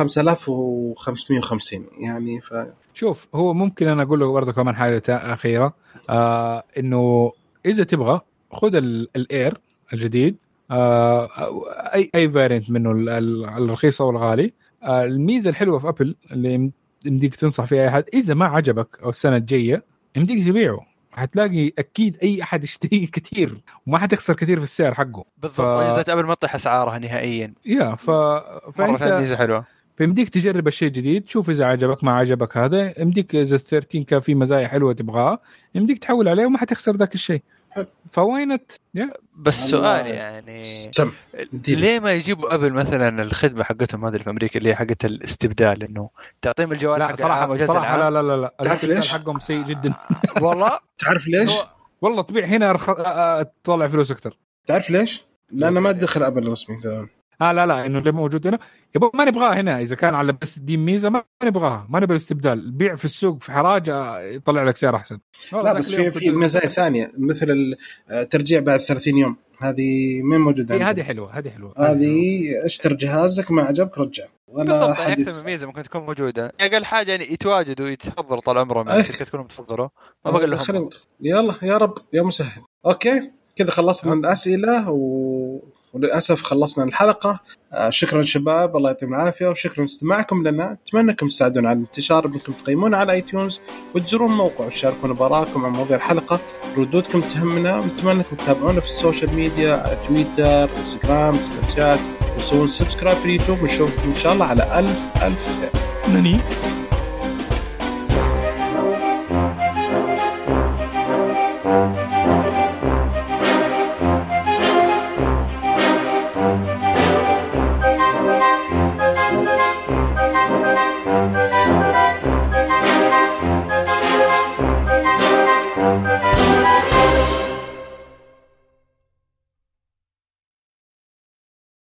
5550. يعني شوف، هو ممكن انا اقول له برضه كمان حاجه اخيره، انه اذا تبغى خذ الاير الجديد، اي فارينت منه، الرخيص او الغالي. الميزه الحلوه في ابل اللي يمديك تنصح فيها اي احد، اذا ما عجبك او السنه الجايه يمديك تبيعه، هتلاقي اكيد اي احد يشتري كثير وما حتخسر كثير في السعر حقه. بالضبط، اجهزه ابل ما تطيح اسعارها نهائيا. فانت ميزه حلوه، فيمديك تجرب الشيء الجديد، شوف اذا عجبك ما عجبك. هذا يمديك اذا 13 كان في مزايا حلوه تبغاها يمديك تحول عليه وما حتخسر ذاك الشيء. فوينت بس سؤال يعني ليه ما يجيبوا ابل مثلا الخدمه حقتهم هذه في امريكا اللي هي حقت الاستبدال، انه تعطيهم الجوال حق صراحه لا تعرف ليش حقهم سيء جدا. والله تعرف ليش؟ والله طبيعي هنا تطلع فلوس اكثر. تعرف ليش؟ لانه ما تدخل ابل رسمي ده. لا انه اللي موجود هنا يبغى ما نبغاه هنا. اذا كان على بس دي ميزه ما نبغاها، ما نبغى الاستبدال. بيع في السوق في حراج يطلع لك سعر احسن. لا بس في مزايا ثانيه مثل الترجيع بعد 30 يوم، هذه ما موجوده. هذه حلوه هذه اشتر جهازك ما عجبك رجع. ولا اكثر من ميزه ممكن تكون موجوده. اقل حاجه يعني يتواجدوا يتفضلوا طال عمرهم من الشركه تكونوا متفضلوا. ما بقول لهم يلا يا رب يا مسهل. اوكي كذا خلصنا من الاسئله وللأسف خلصنا الحلقة. شكرا شباب، الله يعطيكم العافية، وشكرا استماعكم لنا. أتمنى أنكم تساعدونا على الانتشار بأنكم تقيمونا على iTunes وتزورون الموقع وتشاركونا براءكم عن مواضيع الحلقة. ردودكم تهمنا، ونتمنى أنكم تتابعونا في السوشيال ميديا على تويتر، انستغرام، سناب شات، وتسوون سبسكرايب في اليوتيوب. ونشوفكم إن شاء الله على ألف خير.